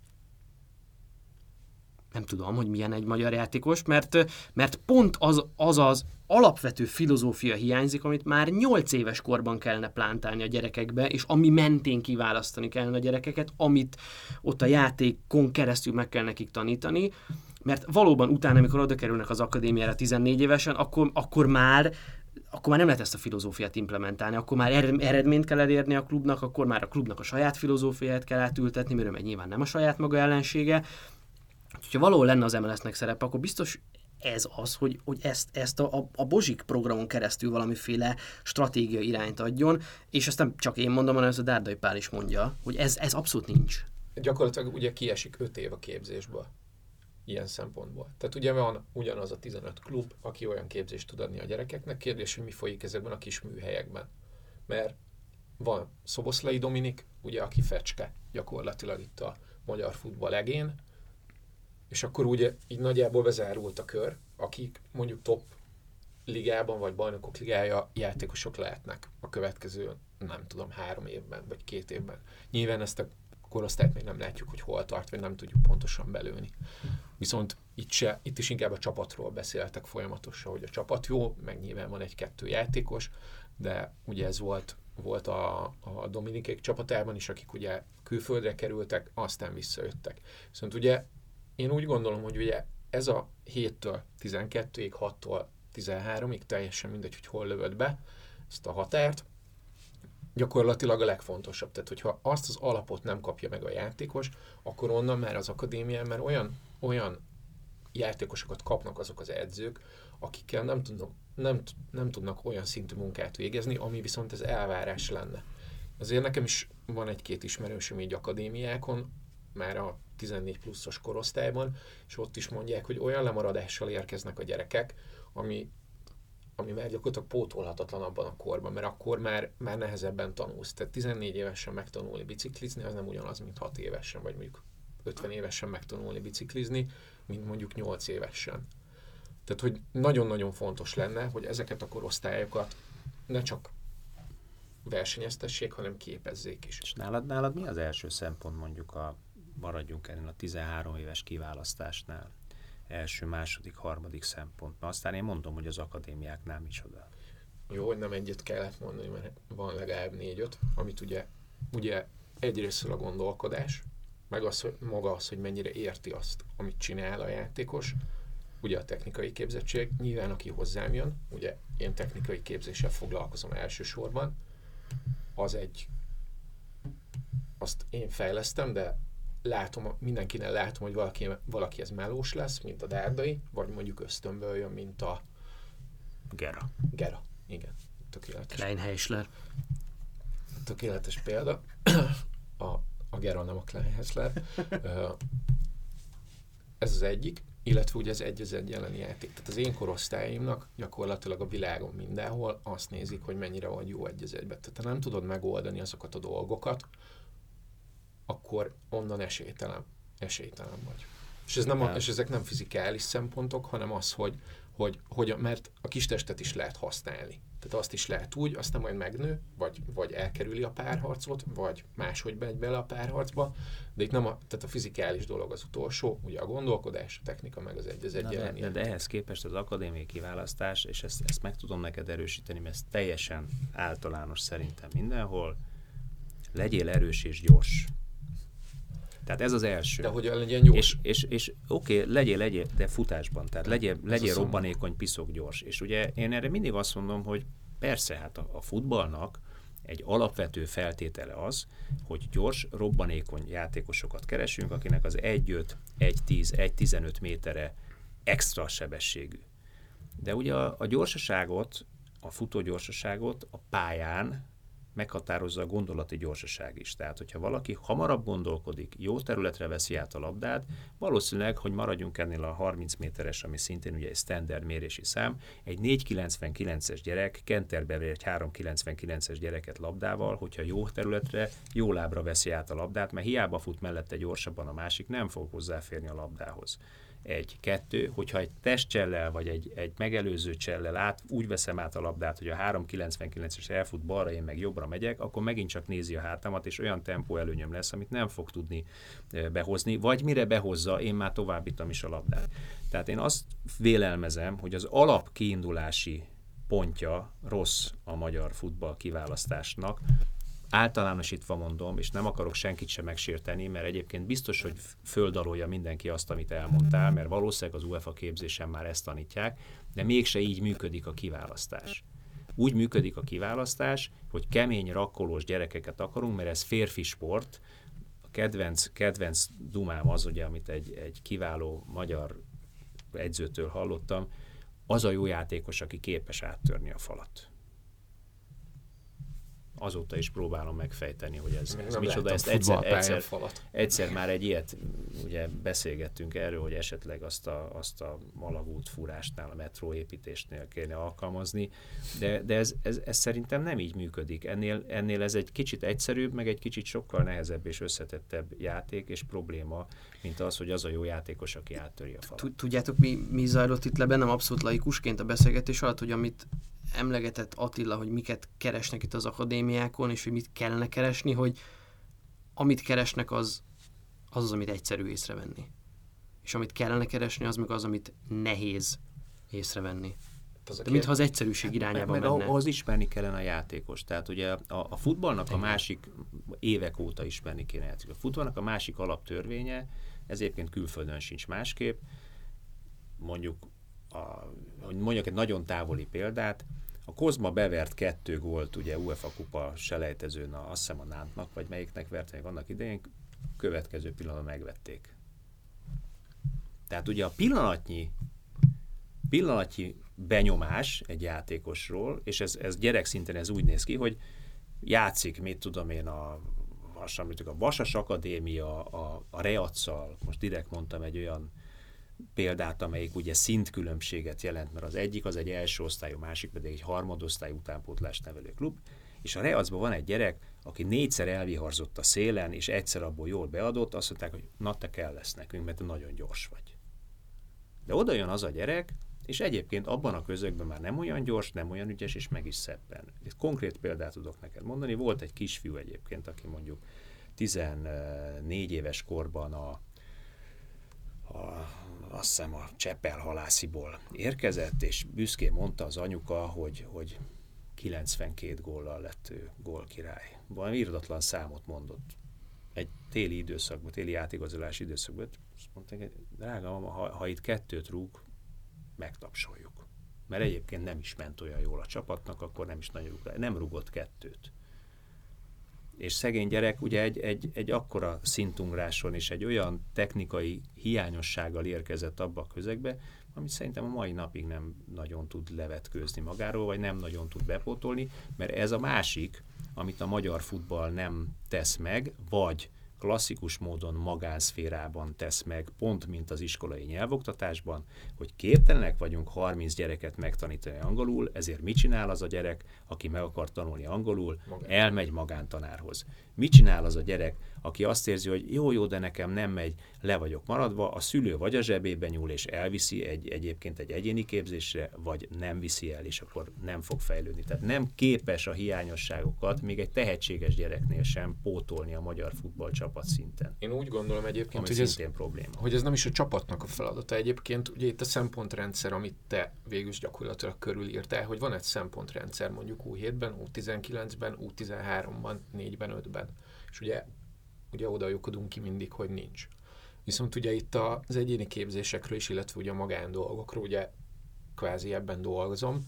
Speaker 1: Nem tudom, hogy milyen egy magyar játékos, mert pont az alapvető filozófia hiányzik, amit már 8 éves korban kellene plántálni a gyerekekbe, és ami mentén kiválasztani kellene a gyerekeket, amit ott a játékon keresztül meg kell nekik tanítani, mert valóban utána, amikor oda kerülnek az akadémiára 14 évesen, akkor már nem lehet ezt a filozófiát implementálni, akkor már eredményt kell elérni a klubnak, akkor már a klubnak a saját filozófiát kell átültetni, mert ő meg nyilván nem a saját maga ellensége. Ha valahol lenne az MLS-nek szerepe, akkor biztos ez az, hogy ezt a Bozsik programon keresztül valamiféle stratégia irányt adjon, és ezt nem csak én mondom, hanem ezt a Dárdai Pál is mondja, hogy ez abszolút nincs.
Speaker 3: Gyakorlatilag ugye kiesik 5 év a képzésből. Ilyen szempontból. Tehát ugye van ugyanaz a 15 klub, aki olyan képzést tud adni a gyerekeknek. Kérdés, hogy mi folyik ezekben a kis műhelyekben. Mert van Szoboszlai Dominik, ugye, aki fecske. gyakorlatilag itt a magyar futball legén, és akkor ugye így nagyjából bezárult a kör, akik mondjuk top ligában, vagy bajnokok ligája játékosok lehetnek a következő, nem tudom, 3 évben, vagy 2 évben. Nyilván ezt a korosztályt még nem látjuk, hogy hol tart, vagy nem tudjuk pontosan belőni. Viszont itt is inkább a csapatról beszéltek folyamatosan, hogy a csapat jó, meg nyilván van 1-2 játékos, de ugye ez volt a Dominikék csapatában is, akik ugye külföldre kerültek, aztán visszajöttek. Viszont ugye én úgy gondolom, hogy ugye ez a 7-től 12-ig, 6-tól 13-ig, teljesen mindegy, hogy hol lövöd be ezt a határt, gyakorlatilag a legfontosabb. Tehát, hogyha azt az alapot nem kapja meg a játékos, akkor onnan már az akadémián már olyan játékosokat kapnak azok az edzők, akikkel nem tudnak olyan szintű munkát végezni, ami viszont ez elvárás lenne. Azért nekem is van 1-2 ismerősöm így akadémiákon, már a 14 pluszos korosztályban, és ott is mondják, hogy olyan lemaradással érkeznek a gyerekek, ami már gyakorlatilag pótolhatatlan abban a korban, mert akkor már nehezebben tanulsz. Tehát 14 évesen megtanulni biciklizni, az nem ugyanaz, mint 6 évesen, vagy mondjuk 50 évesen megtanulni biciklizni, mint mondjuk 8 évesen. Tehát, hogy nagyon-nagyon fontos lenne, hogy ezeket a korosztályokat ne csak versenyeztessék, hanem képezzék is.
Speaker 2: És nálad mi az első szempont, mondjuk maradjunk ennél a 13 éves kiválasztásnál? Első, második, harmadik szempont. Mert aztán én mondom, hogy az akadémiáknál micsoda.
Speaker 3: Jó, hogy nem egyet kellett mondani, mert van legalább 4-5, amit ugye egyrésztről a gondolkodás, meg maga az, hogy mennyire érti azt, amit csinál a játékos, ugye a technikai képzettség, nyilván aki hozzám jön, ugye én technikai képzéssel foglalkozom elsősorban, azt én fejlesztem, de mindenkinél látom, hogy valaki ez melós lesz, mint a Dárdai, vagy mondjuk ösztönből jön, mint a Gera, igen. Tökéletes.
Speaker 1: Kleinheisler.
Speaker 3: Tökéletes példa. A Gera, nem a Kleinheisler. Ez az egyik, illetve ugye az 1-1 elleni játék. Tehát az én korosztályimnak gyakorlatilag a világon mindenhol azt nézik, hogy mennyire vagy jó 1-1-be. Tehát ha nem tudod megoldani azokat a dolgokat, akkor onnan esélytelen vagy. És ezek nem fizikális szempontok, hanem az, hogy mert a kistestet is lehet használni. Tehát azt is lehet úgy, aztán majd megnő, vagy elkerüli a párharcot, vagy máshogy megy bele a párharcba, de itt tehát a fizikális dolog az utolsó, ugye a gondolkodás, a technika, meg az 1-1 elleni.
Speaker 2: De ehhez képest az akadémiai kiválasztás, és ezt meg tudom neked erősíteni, mert ez teljesen általános szerintem mindenhol, legyél erős és gyors. Tehát ez az első.
Speaker 3: De hogyan legyen gyors?
Speaker 2: És oké, legyél, de futásban. Tehát legyél robbanékony, piszok gyors. És ugye én erre mindig azt mondom, hogy persze, hát a futballnak egy alapvető feltétele az, hogy gyors, robbanékony játékosokat keresünk, akinek az 1.5, 1.10, 1.15 métere extra sebességű. De ugye a gyorsaságot, a futógyorsaságot a pályán meghatározza a gondolati gyorsaság is. Tehát, hogyha valaki hamarabb gondolkodik, jó területre veszi át a labdát, valószínűleg, hogy maradjunk ennél a 30 méteres, ami szintén ugye egy standard mérési szám, egy 4,99-es gyerek Canterbury egy 3,99-es gyereket labdával, hogyha jó területre, jó lábra veszi át a labdát, mert hiába fut mellette gyorsabban a másik, nem fog hozzáférni a labdához. 1-2, hogyha egy testcsellel, vagy egy megelőző csellel úgy veszem át a labdát, hogy a 3,99-es elfut balra, én meg jobbra megyek, akkor megint csak nézi a hátamat, és olyan tempó előnyöm lesz, amit nem fog tudni behozni, vagy mire behozza, én már továbbítom is a labdát. Tehát én azt vélelmezem, hogy az alap kiindulási pontja rossz a magyar futball kiválasztásnak, általánosítva mondom, és nem akarok senkit sem megsérteni, mert egyébként biztos, hogy földalolja mindenki azt, amit elmondtál, mert valószínűleg az UEFA képzésen már ezt tanítják, de mégse így működik a kiválasztás. Úgy működik a kiválasztás, hogy kemény, rakkolós gyerekeket akarunk, mert ez férfi sport. A kedvenc dumám az, ugye, amit egy kiváló magyar edzőtől hallottam, az a jó játékos, aki képes áttörni a falat. azóta is próbálom megfejteni, hogy ez
Speaker 3: nem
Speaker 2: micsoda. Ezt egyszer már egy ilyet, ugye beszélgettünk erről, hogy esetleg azt a alagút fúrásnál, a metróépítésnél kéne alkalmazni, de ez szerintem nem így működik. Ennél ez egy kicsit egyszerűbb, meg egy kicsit sokkal nehezebb és összetettebb játék és probléma, mint az, hogy az a jó játékos, aki áttöri a falat.
Speaker 1: Tudjátok, mi zajlott itt le bennem abszolút laikusként a beszélgetés alatt, hogy amit emlegetett Attila, hogy miket keresnek itt az akadémiákon, és hogy mit kellene keresni, hogy amit keresnek az, amit egyszerű észrevenni. És amit kellene keresni, az meg az, amit nehéz észrevenni. De mintha az egyszerűség irányába
Speaker 2: meg
Speaker 1: menne.
Speaker 2: ahhoz ismerni kellene a játékos. Tehát ugye a futballnak a másik, évek óta ismerni kéne játékos. A futballnak a másik alaptörvénye, ez egyébként külföldön sincs másképp, hogy mondjak egy nagyon távoli példát, a Kozma bevert 2 gólt, ugye UEFA kupa selejtezőn, azt hiszem a Nántnak, vagy melyiknek vert meg annak idején, következő pillanatban megvették. Tehát ugye a pillanatnyi benyomás egy játékosról, és ez gyerekszinten ez úgy néz ki, hogy játszik, mit tudom én, a Vasas Akadémia, a Reac-szal, most direkt mondtam egy olyan példát, amelyik ugye szintkülönbséget jelent, mert az egyik az egy első osztályú, másik pedig egy harmadosztályú utánpótlás nevelő klub, és a Reacban van egy gyerek, aki 4-szer elviharzott a szélen, és egyszer abból jól beadott, azt mondták, hogy na te kell lesz nekünk, mert te nagyon gyors vagy. De oda jön az a gyerek, és egyébként abban a közegben már nem olyan gyors, nem olyan ügyes, és meg is szebben. Egy konkrét példát tudok neked mondani. Volt egy kisfiú egyébként, aki mondjuk 14 éves korban azt hiszem a Csepel-Halásziból érkezett, és büszkén mondta az anyuka, hogy 92 góllal lett ő gólkirály. Valami irdatlan számot mondott. Egy téli időszakban, téli átigazolási időszakban. Azt mondták, hogy drága, ha itt 2 rúg, megtapsoljuk. Mert egyébként nem is ment olyan jól a csapatnak, akkor nem is nagyon nem rúgott 2. És szegény gyerek ugye egy akkora szintugráson és egy olyan technikai hiányossággal érkezett abba a közegbe, amit szerintem a mai napig nem nagyon tud levetkőzni magáról, vagy nem nagyon tud bepótolni, mert ez a másik, amit a magyar futball nem tesz meg, vagy klasszikus módon magánszférában tesz meg, pont mint az iskolai nyelvoktatásban, hogy képtelenek vagyunk 30 gyereket megtanítani angolul, ezért mit csinál az a gyerek, aki meg akar tanulni angolul, elmegy magántanárhoz. Mit csinál az a gyerek, aki azt érzi, hogy jó, de nekem nem megy, le vagyok maradva, a szülő vagy a zsebébe nyúl és elviszi egyébként egy egyéni képzésre, vagy nem viszi el, és akkor nem fog fejlődni. Tehát nem képes a hiányosságokat még egy tehetséges gyereknél sem pótolni a magyar futballcsapat szinten.
Speaker 3: Én úgy gondolom egyébként,
Speaker 2: hogy
Speaker 3: ez nem is a csapatnak a feladata. Egyébként ugye itt a szempontrendszer, amit te végül is gyakorlatilag körülírtál, hogy van egy szempontrendszer mondjuk U7-ben, U19-ben, U13-ban, 4-ben, 5-ben. És ugye oda lyukadunk ki mindig, hogy nincs. Viszont ugye itt az egyéni képzésekről is, illetve ugye a magándolgokról, ugye kvázi ebben dolgozom.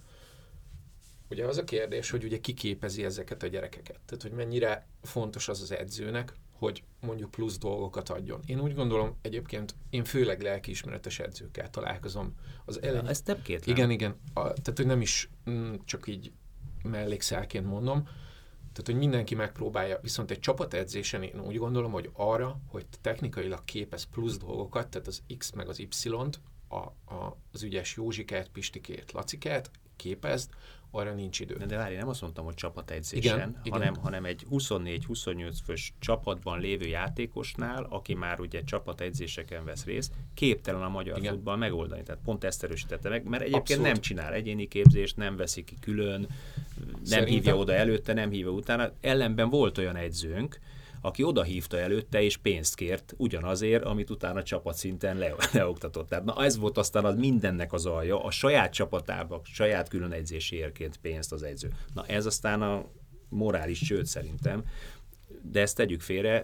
Speaker 3: Ugye az a kérdés, hogy ugye ki képezi ezeket a gyerekeket. Tehát, hogy mennyire fontos az edzőnek, hogy mondjuk plusz dolgokat adjon. Én úgy gondolom, egyébként én főleg lelkiismeretes edzőkkel találkozom.
Speaker 2: Ezt nem kétlem.
Speaker 3: Igen. Tehát, hogy nem is csak így mellékszálként mondom, tehát, hogy mindenki megpróbálja, viszont egy csapatedzésen én úgy gondolom, hogy arra, hogy technikailag képez plusz dolgokat, tehát az X meg az Y-t, az ügyes Józsikát, Pistikét, Lacikát képezd, arra nincs idő.
Speaker 2: De várj, nem azt mondtam, hogy csapatedzésen, hanem egy 24-28 fős csapatban lévő játékosnál, aki már ugye csapatedzéseken vesz részt, képtelen a magyar futball megoldani. Tehát pont ezt erősítette meg, mert egyébként nem csinál egyéni képzést, nem veszi ki külön, nem hívja oda előtte, nem hívja utána. Ellenben volt olyan edzőnk, aki oda hívta előtte, és pénzt kért ugyanazért, amit utána csapatszinten leoktatott. Tehát ez volt aztán az mindennek az alja, a saját csapatába, saját külön edzéséért pénzt az edző. Na ez aztán a morális csőd szerintem, de ezt tegyük félre,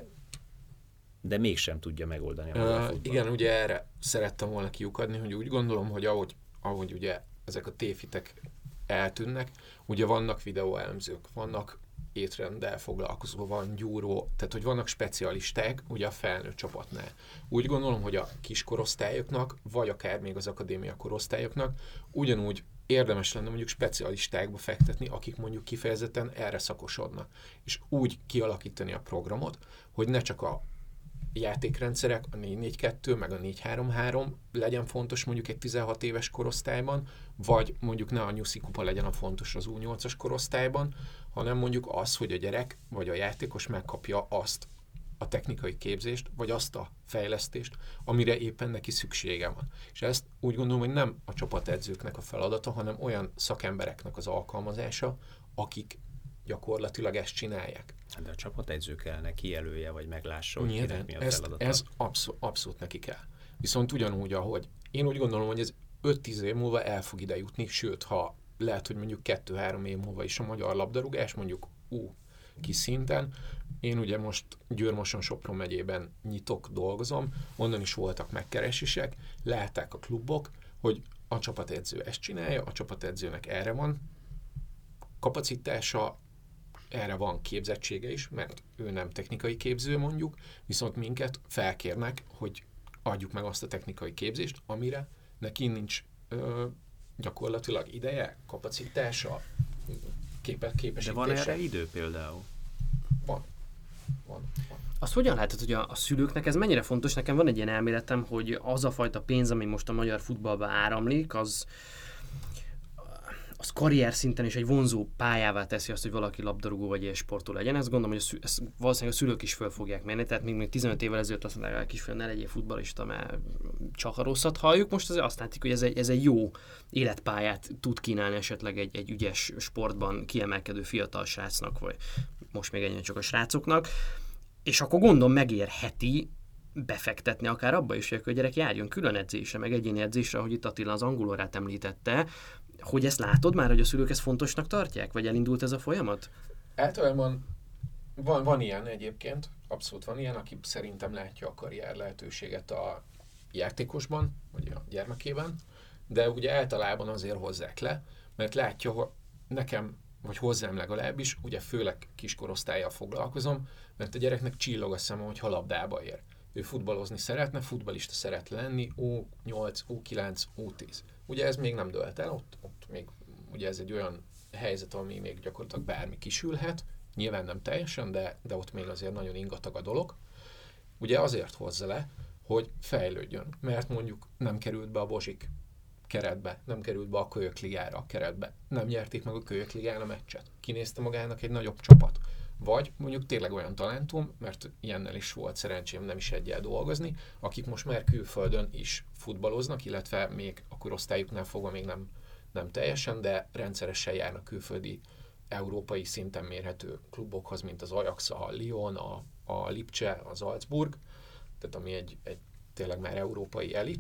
Speaker 2: de mégsem tudja megoldani a magyar futball.
Speaker 3: Igen, ugye erre szerettem volna kiukadni, hogy úgy gondolom, hogy ahogy ugye ezek a tévhitek eltűnnek, ugye vannak videóelemzők, vannak étrenddel foglalkozó, van gyúró, tehát hogy vannak specialisták ugye a felnőtt csapatnál. Úgy gondolom, hogy a kiskorosztályoknak, vagy akár még az akadémia korosztályoknak ugyanúgy érdemes lenne mondjuk specialistákba fektetni, akik mondjuk kifejezetten erre szakosodnak. És úgy kialakítani a programot, hogy ne csak a játékrendszerek, a 4-4-2, meg a 4-3-3 legyen fontos mondjuk egy 16 éves korosztályban, vagy mondjuk ne a nyuszi kupa legyen a fontos az U8-as korosztályban, hanem mondjuk az, hogy a gyerek vagy a játékos megkapja azt a technikai képzést, vagy azt a fejlesztést, amire éppen neki szüksége van. És ezt úgy gondolom, hogy nem a csapatedzőknek a feladata, hanem olyan szakembereknek az alkalmazása, akik gyakorlatilag ezt csinálják.
Speaker 2: De a csapatedző kellene kijelölje, vagy meglássa, hogy kinek mi a feladata.
Speaker 3: Ez abszolút neki kell. Viszont ugyanúgy, ahogy én úgy gondolom, hogy ez 5-10 év múlva el fog ide jutni, sőt, ha lehet, hogy mondjuk 2-3 év múlva is a magyar labdarúgás, mondjuk kis szinten. Én ugye most Győr-Moson-Sopron megyében dolgozom, onnan is voltak megkeresések, látták a klubok, hogy a csapatedző ezt csinálja, a csapatedzőnek erre van kapacitása, erre van képzettsége is, mert ő nem technikai képző mondjuk, viszont minket felkérnek, hogy adjuk meg azt a technikai képzést, amire neki nincs gyakorlatilag ideje, kapacitása, képesítése.
Speaker 2: De van erre idő például?
Speaker 3: Van.
Speaker 1: Azt hogyan látod, hogy a szülőknek ez mennyire fontos? Nekem van egy ilyen elméletem, hogy az a fajta pénz, ami most a magyar futballba áramlik, az karrier szinten is egy vonzó pályává teszi azt, hogy valaki labdarúgó vagy sportoló legyen. Ezt gondolom, hogy ezt valószínűleg a szülők is föl fogják menni. Tehát még 15 évvel ezelőtt azt mondták, hogy a kisfiam, ne legyél futballista, mert csak a rosszat halljuk. Most azért azt látjuk, hogy ez egy jó életpályát tud kínálni esetleg egy ügyes sportban kiemelkedő fiatal srácnak, vagy most még ennyire csak a srácoknak. És akkor gondolom megérheti befektetni akár abba is, hogy a gyerek járjon külön edzésre, meg egyéni edzésre, ahogy itt Attila az angolórát említette. Hogy ezt látod már, hogy a szülők ezt fontosnak tartják? Vagy elindult ez a folyamat?
Speaker 3: Általában van ilyen egyébként, abszolút van ilyen, aki szerintem látja a karrier lehetőséget a játékosban, vagy a gyermekében, de ugye általában azért hozzák le, mert látja, hogy nekem, vagy hozzám legalábbis, ugye főleg kiskorosztállyal foglalkozom, mert a gyereknek csillog a szeme, hogy labdába ér. Ő futballozni szeretne, futballista szeret lenni, U8, U9, U10. Ugye ez még nem dölt el, ott még ugye ez egy olyan helyzet, ami még gyakorlatilag bármi kisülhet, nyilván nem teljesen, de ott még azért nagyon ingatag a dolog. Ugye azért hozza le, hogy fejlődjön, mert mondjuk nem került be a Bozsik keretbe, nem került be a Kölyök ligára a keretbe, nem nyerték meg a Kölyök ligán a meccset, kinézte magának egy nagyobb csapat. Vagy mondjuk tényleg olyan talentum, mert ilyennel is volt szerencsém nem is egyel dolgozni, akik most már külföldön is futballoznak, illetve még a korosztályuknál fogva még nem teljesen, de rendszeresen járnak külföldi európai szinten mérhető klubokhoz, mint az Ajax, a Lyon, a Lipcse, az Salzburg, tehát ami egy tényleg már európai elit.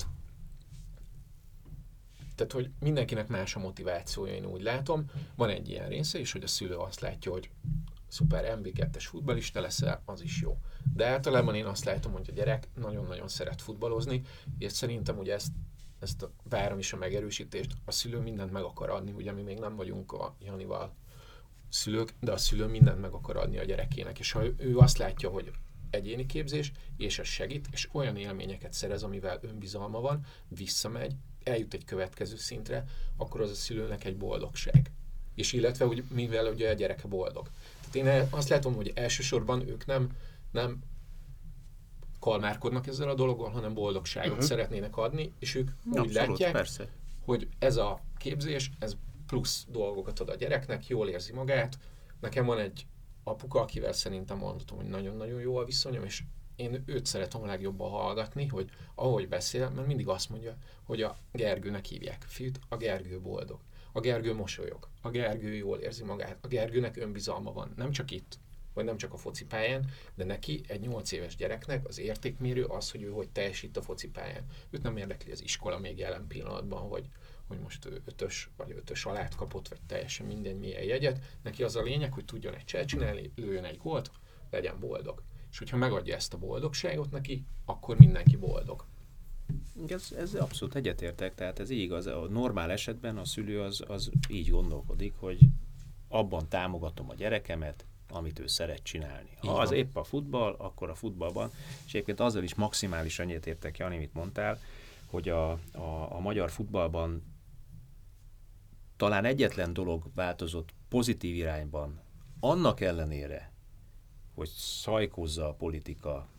Speaker 3: Tehát, hogy mindenkinek más a motivációja, én úgy látom. Van egy ilyen része is, hogy a szülő azt látja, hogy szuper MB2-es futballista leszel, az is jó. De általában én azt látom, hogy a gyerek nagyon-nagyon szeret futballozni, és szerintem ugye ezt várom is a megerősítést, a szülő mindent meg akar adni, ugye mi még nem vagyunk a Janival szülők, de a szülő mindent meg akar adni a gyerekének, és ha ő azt látja, hogy egyéni képzés, és ez segít, és olyan élményeket szerez, amivel önbizalma van, visszamegy, eljut egy következő szintre, akkor az a szülőnek egy boldogság. És illetve, hogy mivel ugye a gyereke boldog. Tehát én azt látom, hogy elsősorban ők nem kalmárkodnak ezzel a dologgal, hanem boldogságot szeretnének adni, és ők úgy látják, persze, hogy ez a képzés, ez plusz dolgokat ad a gyereknek, jól érzi magát. Nekem van egy apuka, akivel szerintem mondhatom, hogy nagyon-nagyon jó a viszonyom, és én őt szeretem a legjobban hallgatni, hogy ahogy beszél, mert mindig azt mondja, hogy a Gergőnek hívják fiút, a Gergő boldog. A Gergő mosolyog, a Gergő jól érzi magát, a Gergőnek önbizalma van, nem csak itt, vagy nem csak a focipályán, de neki egy 8 éves gyereknek az értékmérő az, hogy ő hogy teljesít a focipályán. Őt nem érdekli az iskola még jelen pillanatban, hogy most 5-ös alát kapott, vagy teljesen mindegy milyen jegyet. Neki az a lényeg, hogy tudjon egy cselt csinálni, lőjön egy gólt, legyen boldog. És hogyha megadja ezt a boldogságot neki, akkor mindenki boldog.
Speaker 2: Ez abszolút egyetértek, tehát ez így igaz. A normál esetben a szülő az így gondolkodik, hogy abban támogatom a gyerekemet, amit ő szeret csinálni. Ha az épp a futball, akkor a futballban, és egyébként azzal is maximálisan egyetértek, Jani, mit mondtál, hogy a magyar futballban talán egyetlen dolog változott pozitív irányban, annak ellenére, hogy szajkózza a politika,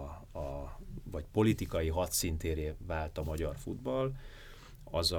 Speaker 2: vagy politikai hadszíntéré vált a magyar futball, az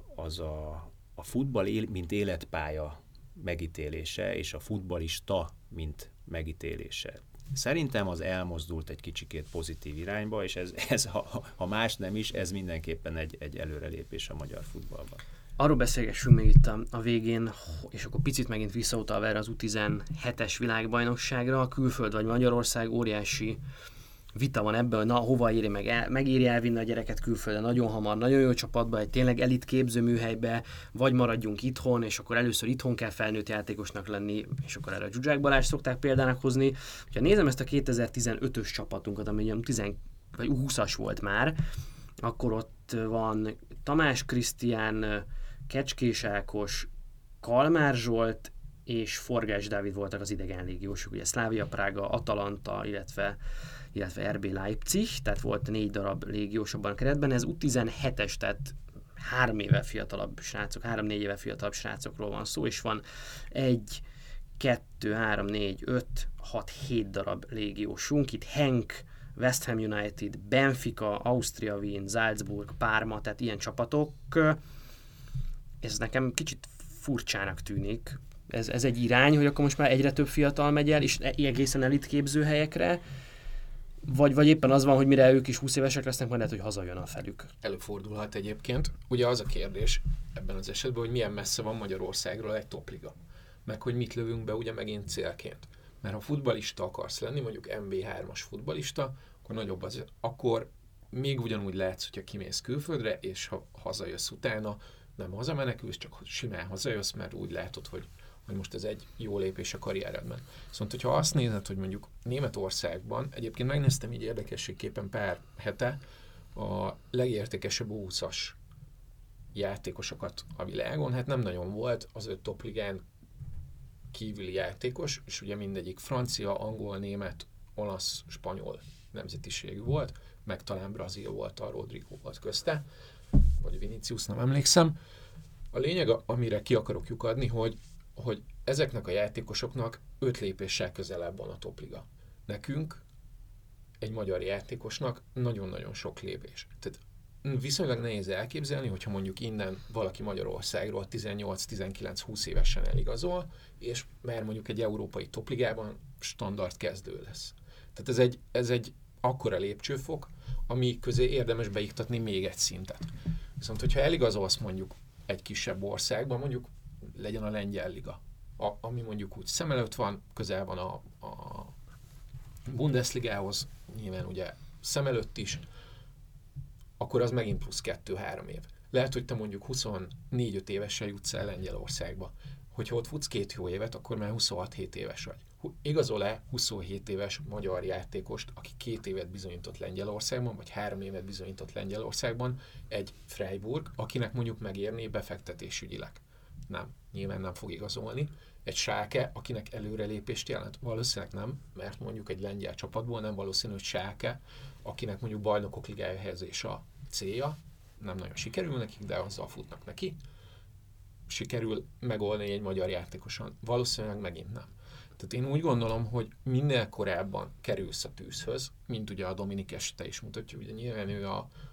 Speaker 2: a futball mint életpálya megítélése, és a futballista mint megítélése. Szerintem az elmozdult egy kicsikét pozitív irányba, és ez ha más nem is, ez mindenképpen egy előrelépés a magyar futballban.
Speaker 1: Arról beszélgessünk még itt a végén, és akkor picit megint visszautalva erre az U17-es világbajnokságra, a külföld vagy Magyarország, óriási vita van ebben, hogy na, hova éri megéri elvinni a gyereket külföldre nagyon hamar, nagyon jó csapatba, egy tényleg elit képzőműhelybe, vagy maradjunk itthon, és akkor először itthon kell felnőtt játékosnak lenni, és akkor erre a Zsuzsák Balázs szokták példának hozni. Ha nézem ezt a 2015-ös csapatunkat, ami ugye 20-as volt már, akkor ott van Tamás Krisztián, Kecskés Ákos, Kalmár Zsolt és Forgás Dávid voltak az idegenlégiósok, ugye Slavia Prága, Atalanta, illetve RB Leipzig, tehát volt 4 darab légiós abban a keretben, ez U17-es, tehát 3 éve fiatalabb srácok, 3-4 éve fiatalabb srácokról van szó, és van 1, 2, 3, 4, 5, 6, 7 darab légiósunk, itt Henk, West Ham United, Benfica, Austria Wien, Salzburg, Parma, tehát ilyen csapatok. Ez nekem kicsit furcsának tűnik. Ez egy irány, hogy akkor most már egyre több fiatal megy el, és egészen elit képzőhelyekre, vagy éppen az van, hogy mire ők is 20 évesek lesznek, majd lehet, hogy hazajön a felük.
Speaker 3: Előfordulhat egyébként. Ugye az a kérdés ebben az esetben, hogy milyen messze van Magyarországról egy topliga. Meg hogy mit lövünk be ugye megint célként. Mert ha futballista akarsz lenni, mondjuk MB3-as futballista, akkor nagyobb az, akkor még ugyanúgy lehetsz, hogyha kimész külföldre, és ha hazajössz utána, nem hazamenekülsz, csak simán hazajössz, mert úgy látod, hogy most ez egy jó lépés a karrieredben. Szóval, hogyha azt nézed, hogy mondjuk Németországban, egyébként megnéztem így érdekességképpen pár hete a legértékesebb 20-as játékosokat a világon, hát nem nagyon volt az 5 topligán kívüli játékos, és ugye mindegyik francia, angol, német, olasz, spanyol nemzetiségű volt, meg talán brazil volt, a Rodrigo volt közte, vagy Vinicius, nem emlékszem. A lényeg, amire ki akarok lyukadni, hogy ezeknek a játékosoknak 5 lépéssel közelebb van a topliga. Nekünk, egy magyar játékosnak nagyon-nagyon sok lépés. Tehát viszonylag nehéz elképzelni, hogyha mondjuk innen valaki Magyarországról 18-19-20 évesen eligazol, és már mondjuk egy európai topligában standard kezdő lesz. Tehát ez egy akkora lépcsőfok, ami közé érdemes beiktatni még egy szintet. Viszont, hogyha eligazolsz mondjuk egy kisebb országban, mondjuk legyen a lengyel liga, ami mondjuk úgy szem előtt van, közel van a Bundesligához, nyilván ugye szem előtt is, akkor az megint plusz 2-3 év. Lehet, hogy te mondjuk 24-5 évesen jutsz el Lengyelországba. Hogyha ott futsz 2 jó évet, akkor már 26-7 éves vagy. Igazol-e 27 éves magyar játékost, aki 2 évet bizonyított Lengyelországban, vagy 3 évet bizonyított Lengyelországban, egy Freiburg, akinek mondjuk megérné befektetésügyileg? Nem, nyilván nem fog igazolni. Egy Schalke, akinek előrelépést jelent? Valószínűleg nem, mert mondjuk egy lengyel csapatból nem valószínű, hogy Schalke, akinek mondjuk bajnokok ligája helyezés a célja, nem nagyon sikerül nekik, de azzal futnak neki. Sikerül megoldani egy magyar játékoson? Valószínűleg megint nem. Tehát én úgy gondolom, hogy minél korábban kerülsz a tűzhöz, mint ugye a Dominik esete is mutatja, ugye nyilván ő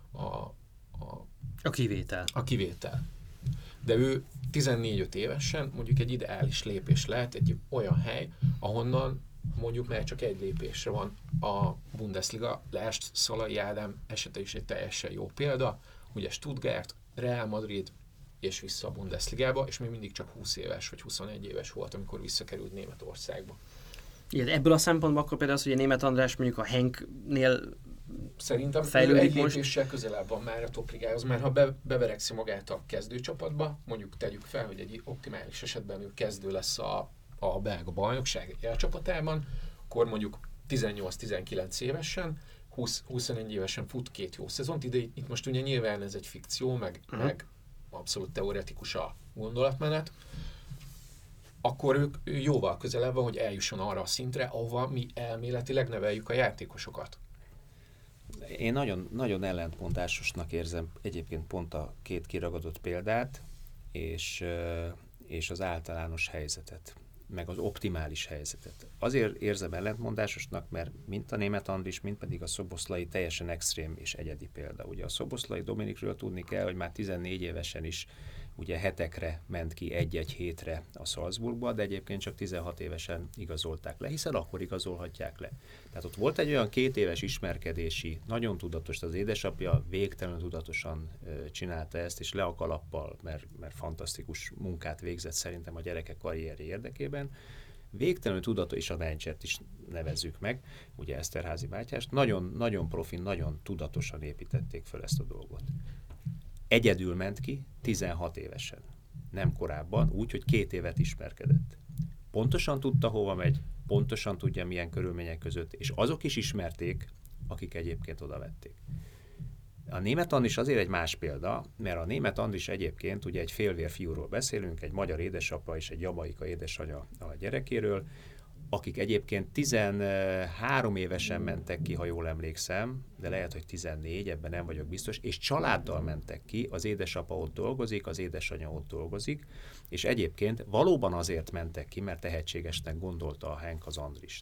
Speaker 1: a kivétel.
Speaker 3: A kivétel. De ő 14-5 évesen mondjuk egy ideális lépés lehet, egy olyan hely, ahonnan mondjuk már csak egy lépésre van a Bundesliga. Lásd, Szalai Ádám esete is egy teljesen jó példa, ugye Stuttgart, Real Madrid és vissza a Bundesligába, és még mindig csak 20 éves vagy 21 éves volt, amikor visszakerült Németországba.
Speaker 1: Igen, ebből a szempontból akkor például az, hogy a Németh András mondjuk a Henknél
Speaker 3: szerintem
Speaker 1: fejlődik
Speaker 3: egy
Speaker 1: most.
Speaker 3: lépéssel közelebb van már a topligához, mert ha beverekszi magát a kezdőcsapatba, mondjuk tegyük fel, hogy egy optimális esetben ő kezdő lesz a belga bajnokság elcsapatában, akkor mondjuk 18-19 évesen, 21 évesen fut 2 jó szezont, itt most ugye nyilván ez egy fikció, meg abszolút teoretikus a gondolatmenet, akkor ők jóval közelebb van, hogy eljusson arra a szintre, ahova mi elméletileg neveljük a játékosokat.
Speaker 2: Én nagyon, nagyon ellentmondásosnak érzem egyébként pont a 2 kiragadott példát. és az általános helyzetet, meg az optimális helyzetet. Azért érzem ellentmondásosnak, mert mind a Németh Andris, mind pedig a Szoboszlai teljesen extrém és egyedi példa. Ugye a Szoboszlai Dominikről tudni kell, hogy már 14 évesen is ugye hetekre ment ki egy-egy hétre a Salzburgba, de egyébként csak 16 évesen igazolták le, hiszen akkor igazolhatják le. Tehát ott volt egy olyan 2 éves ismerkedési, nagyon tudatos, az édesapja végtelenül tudatosan csinálta ezt, és le a kalappal, mert fantasztikus munkát végzett szerintem a gyerekek karrierje érdekében. Végtelenül tudatos, és a Mencsert is nevezzük meg, ugye Eszterházy Mátyást, nagyon, nagyon profin, nagyon tudatosan építették föl ezt a dolgot. Egyedül ment ki, 16 évesen. Nem korábban, úgy, hogy 2 évet ismerkedett. Pontosan tudta, hova megy, pontosan tudja, milyen körülmények között, és azok is ismerték, akik egyébként oda vették. A Németh Andris azért egy más példa, mert a Németh Andris egyébként, ugye egy félvér fiúról beszélünk, egy magyar édesapa és egy jamaika édesanyja a gyerekéről, akik egyébként 13 évesen mentek ki, ha jól emlékszem, de lehet, hogy 14, ebben nem vagyok biztos, és családdal mentek ki, az édesapa ott dolgozik, az édesanyja ott dolgozik, és egyébként valóban azért mentek ki, mert tehetségesnek gondolta a Henk az Andrist.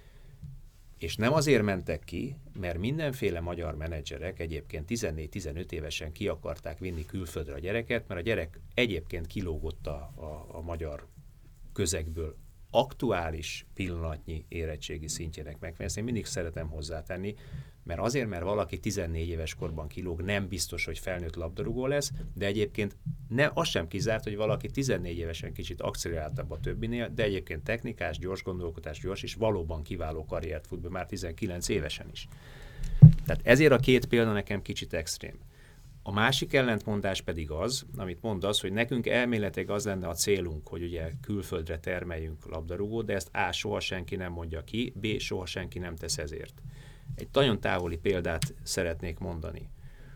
Speaker 2: És nem azért mentek ki, mert mindenféle magyar menedzserek egyébként 14-15 évesen ki akarták vinni külföldre a gyereket, mert a gyerek egyébként kilógott a magyar közegből aktuális pillanatnyi érettségi szintjének megfelelően. Én mindig szeretem hozzátenni, mert azért, mert valaki 14 éves korban kilóg, nem biztos, hogy felnőtt labdarúgó lesz, de egyébként az sem kizárt, hogy valaki 14 évesen kicsit akceleráltabb a többinél, de egyébként technikás, gyors gondolkodás, gyors, és valóban kiváló karriert fut be már 19 évesen is. Tehát ezért a 2 példa nekem kicsit extrém. A másik ellentmondás pedig az, amit mondasz, hogy nekünk elméletileg az lenne a célunk, hogy ugye külföldre termeljünk labdarúgót, de ezt A. soha senki nem mondja ki, B. soha senki nem tesz ezért. Egy nagyon távoli példát szeretnék mondani.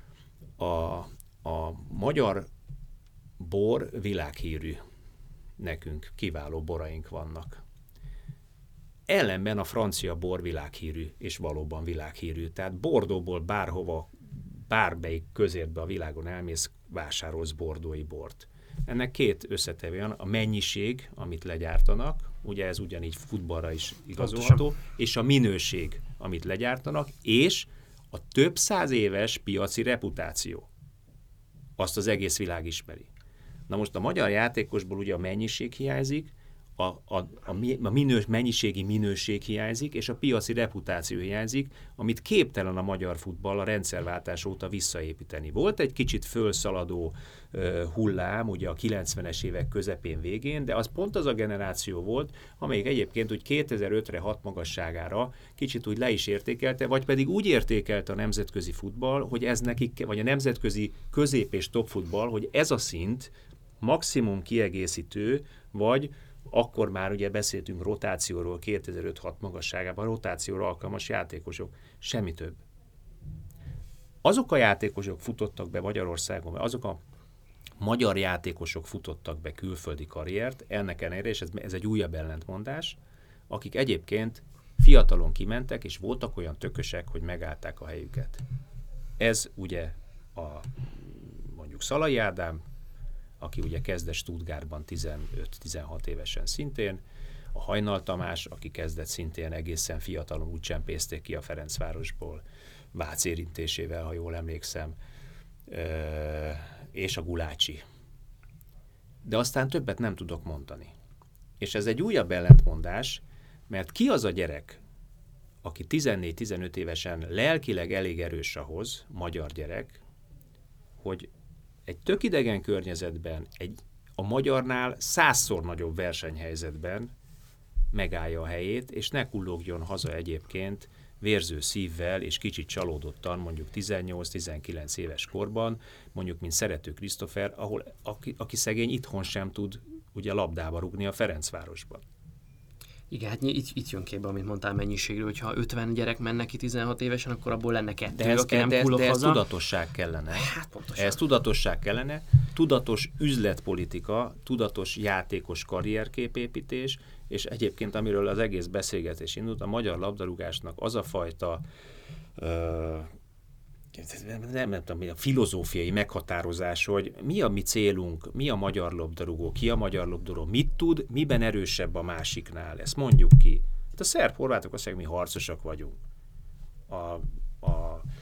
Speaker 2: A magyar bor világhírű. Nekünk kiváló boraink vannak. Ellenben a francia bor világhírű, és valóban világhírű. Tehát Bordeauxból bárhova, bármelyik közértbe a világon elmész, vásárolsz bordói bort. Ennek 2 összetevő van, a mennyiség, amit legyártanak, ugye ez ugyanígy futballra is igazolható, és a minőség, amit legyártanak, és a több 100 éves piaci reputáció. Azt az egész világ ismeri. Na most a magyar játékosból ugye a mennyiség hiányzik, a mennyiségi minőség hiányzik, és a piaci reputáció hiányzik, amit képtelen a magyar futball a rendszerváltás óta visszaépíteni. Volt egy kicsit fölszaladó hullám, ugye a 90-es évek közepén végén, de az pont az a generáció volt, amelyik egyébként úgy 2005-re 6 magasságára kicsit úgy le is értékelte, vagy pedig úgy értékelte a nemzetközi futball, hogy ez nekik, vagy a nemzetközi közép- és top futball, hogy ez a szint maximum kiegészítő, vagy akkor már ugye beszéltünk rotációról 2005-6 magasságában, rotációra alkalmas játékosok, semmi több. Azok a játékosok futottak be Magyarországon, azok a magyar játékosok futottak be külföldi karriert, ennek ellenére, és ez egy újabb ellentmondás, akik egyébként fiatalon kimentek, és voltak olyan tökösek, hogy megállták a helyüket. Ez ugye mondjuk Szalai Ádám, aki ugye kezdett Stuttgartban 15-16 évesen szintén, a Hajnal Tamás, aki kezdett szintén egészen fiatalon, úgy csempészték ki a Ferencvárosból, Vác érintésével, ha jól emlékszem, és a Gulácsi. De aztán többet nem tudok mondani. És ez egy újabb ellentmondás, mert ki az a gyerek, aki 14-15 évesen lelkileg elég erős ahhoz, magyar gyerek, hogy egy tök idegen környezetben, a magyarnál 100-szor nagyobb versenyhelyzetben megállja a helyét, és ne kullogjon haza egyébként vérző szívvel és kicsit csalódottan, mondjuk 18-19 éves korban, mondjuk mint Szerető Krisztófer, aki szegény itthon sem tud ugye labdába rúgni a Ferencvárosban.
Speaker 1: Igen, hát itt jön képbe, amit mondtál mennyiségről, hogyha 50 gyerek menne ki 16 évesen, akkor abból lenne 2, aki nem kullog haza.
Speaker 2: De ez tudatosság kellene.
Speaker 1: Hát pontosan.
Speaker 2: Ez tudatosság kellene, tudatos üzletpolitika, tudatos játékos karrierképépítés, és egyébként, amiről az egész beszélgetés indult, a magyar labdarúgásnak az a fajta nem tudom, a filozófiai meghatározás, hogy mi a mi célunk, mi a magyar labdarúgó, ki a magyar labdarúgó, mit tud, miben erősebb a másiknál, ezt mondjuk ki. Hát a szerb-horvátok azt mondják, mi harcosak vagyunk. A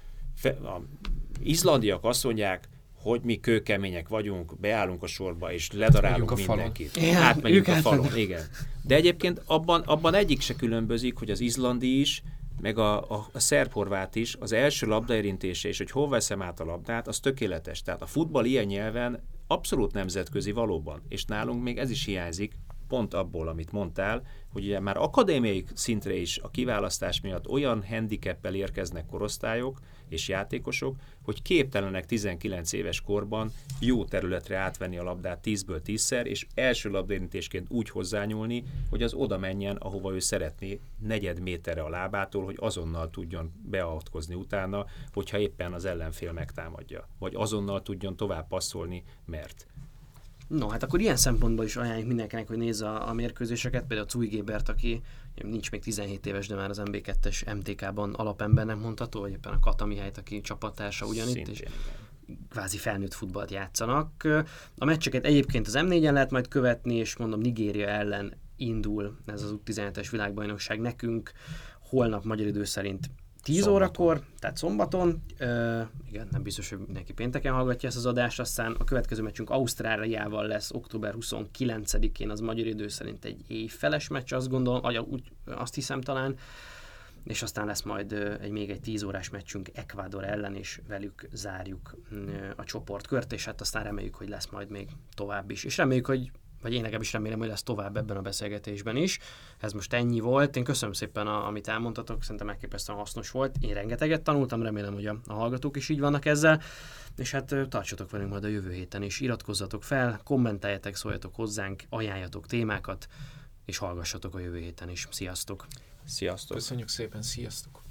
Speaker 2: izlandiak azt mondják, hogy mi kőkemények vagyunk, beállunk a sorba, és ledarálunk mindenkit. Átmegyünk a falon. Igen. De egyébként abban egyik se különbözik, hogy az izlandi is, meg a szerb-horvát is, az első labdaérintése, és hogy hol veszem át a labdát, az tökéletes. Tehát a futball ilyen nyelven abszolút nemzetközi valóban, és nálunk még ez is hiányzik, pont abból, amit mondtál, hogy ugye már akadémiai szintre is a kiválasztás miatt olyan handicappel érkeznek korosztályok és játékosok, hogy képtelenek 19 éves korban jó területre átvenni a labdát 10-ből 10-szer, és első labdaérintésként úgy hozzányúlni, hogy az oda menjen, ahova ő szeretné, negyed méterre a lábától, hogy azonnal tudjon beavatkozni utána, hogyha éppen az ellenfél megtámadja, vagy azonnal tudjon tovább passzolni, mert...
Speaker 1: No, hát akkor ilyen szempontból is ajánljuk mindenkinek, hogy nézze a mérkőzéseket, például Cui Gébert, aki nincs még 17 éves, de már az MB2-es MTK-ban alapembernek mondható, vagy éppen a Kata Mihályt, aki csapattársa ugyanitt, és kvázi felnőtt futballt játszanak. A meccseket egyébként az M4-en lehet majd követni, és mondom, Nigéria ellen indul ez az U17-es világbajnokság nekünk, holnap magyar idő szerint 10 órakor, tehát szombaton, igen, nem biztos, hogy mindenki pénteken hallgatja ezt az adást, aztán a következő meccsünk Ausztráliával lesz október 29-én, az magyar idő szerint egy éjfeles meccs, azt gondolom, azt hiszem talán, és aztán lesz majd még egy 10 órás meccsünk Ecuador ellen, és velük zárjuk a csoportkört, és hát aztán reméljük, hogy lesz majd még tovább is. És reméljük, vagy én legalábbis remélem, hogy lesz tovább ebben a beszélgetésben is. Ez most ennyi volt. Én köszönöm szépen, amit elmondtatok, szerintem elképesztően hasznos volt. Én rengeteget tanultam, remélem, hogy a hallgatók is így vannak ezzel. És hát tartsatok velünk majd a jövő héten is. Iratkozzatok fel, kommenteljetek, szóljatok hozzánk, ajánljatok témákat, és hallgassatok a jövő héten is. Sziasztok!
Speaker 2: Sziasztok!
Speaker 3: Köszönjük szépen, sziasztok!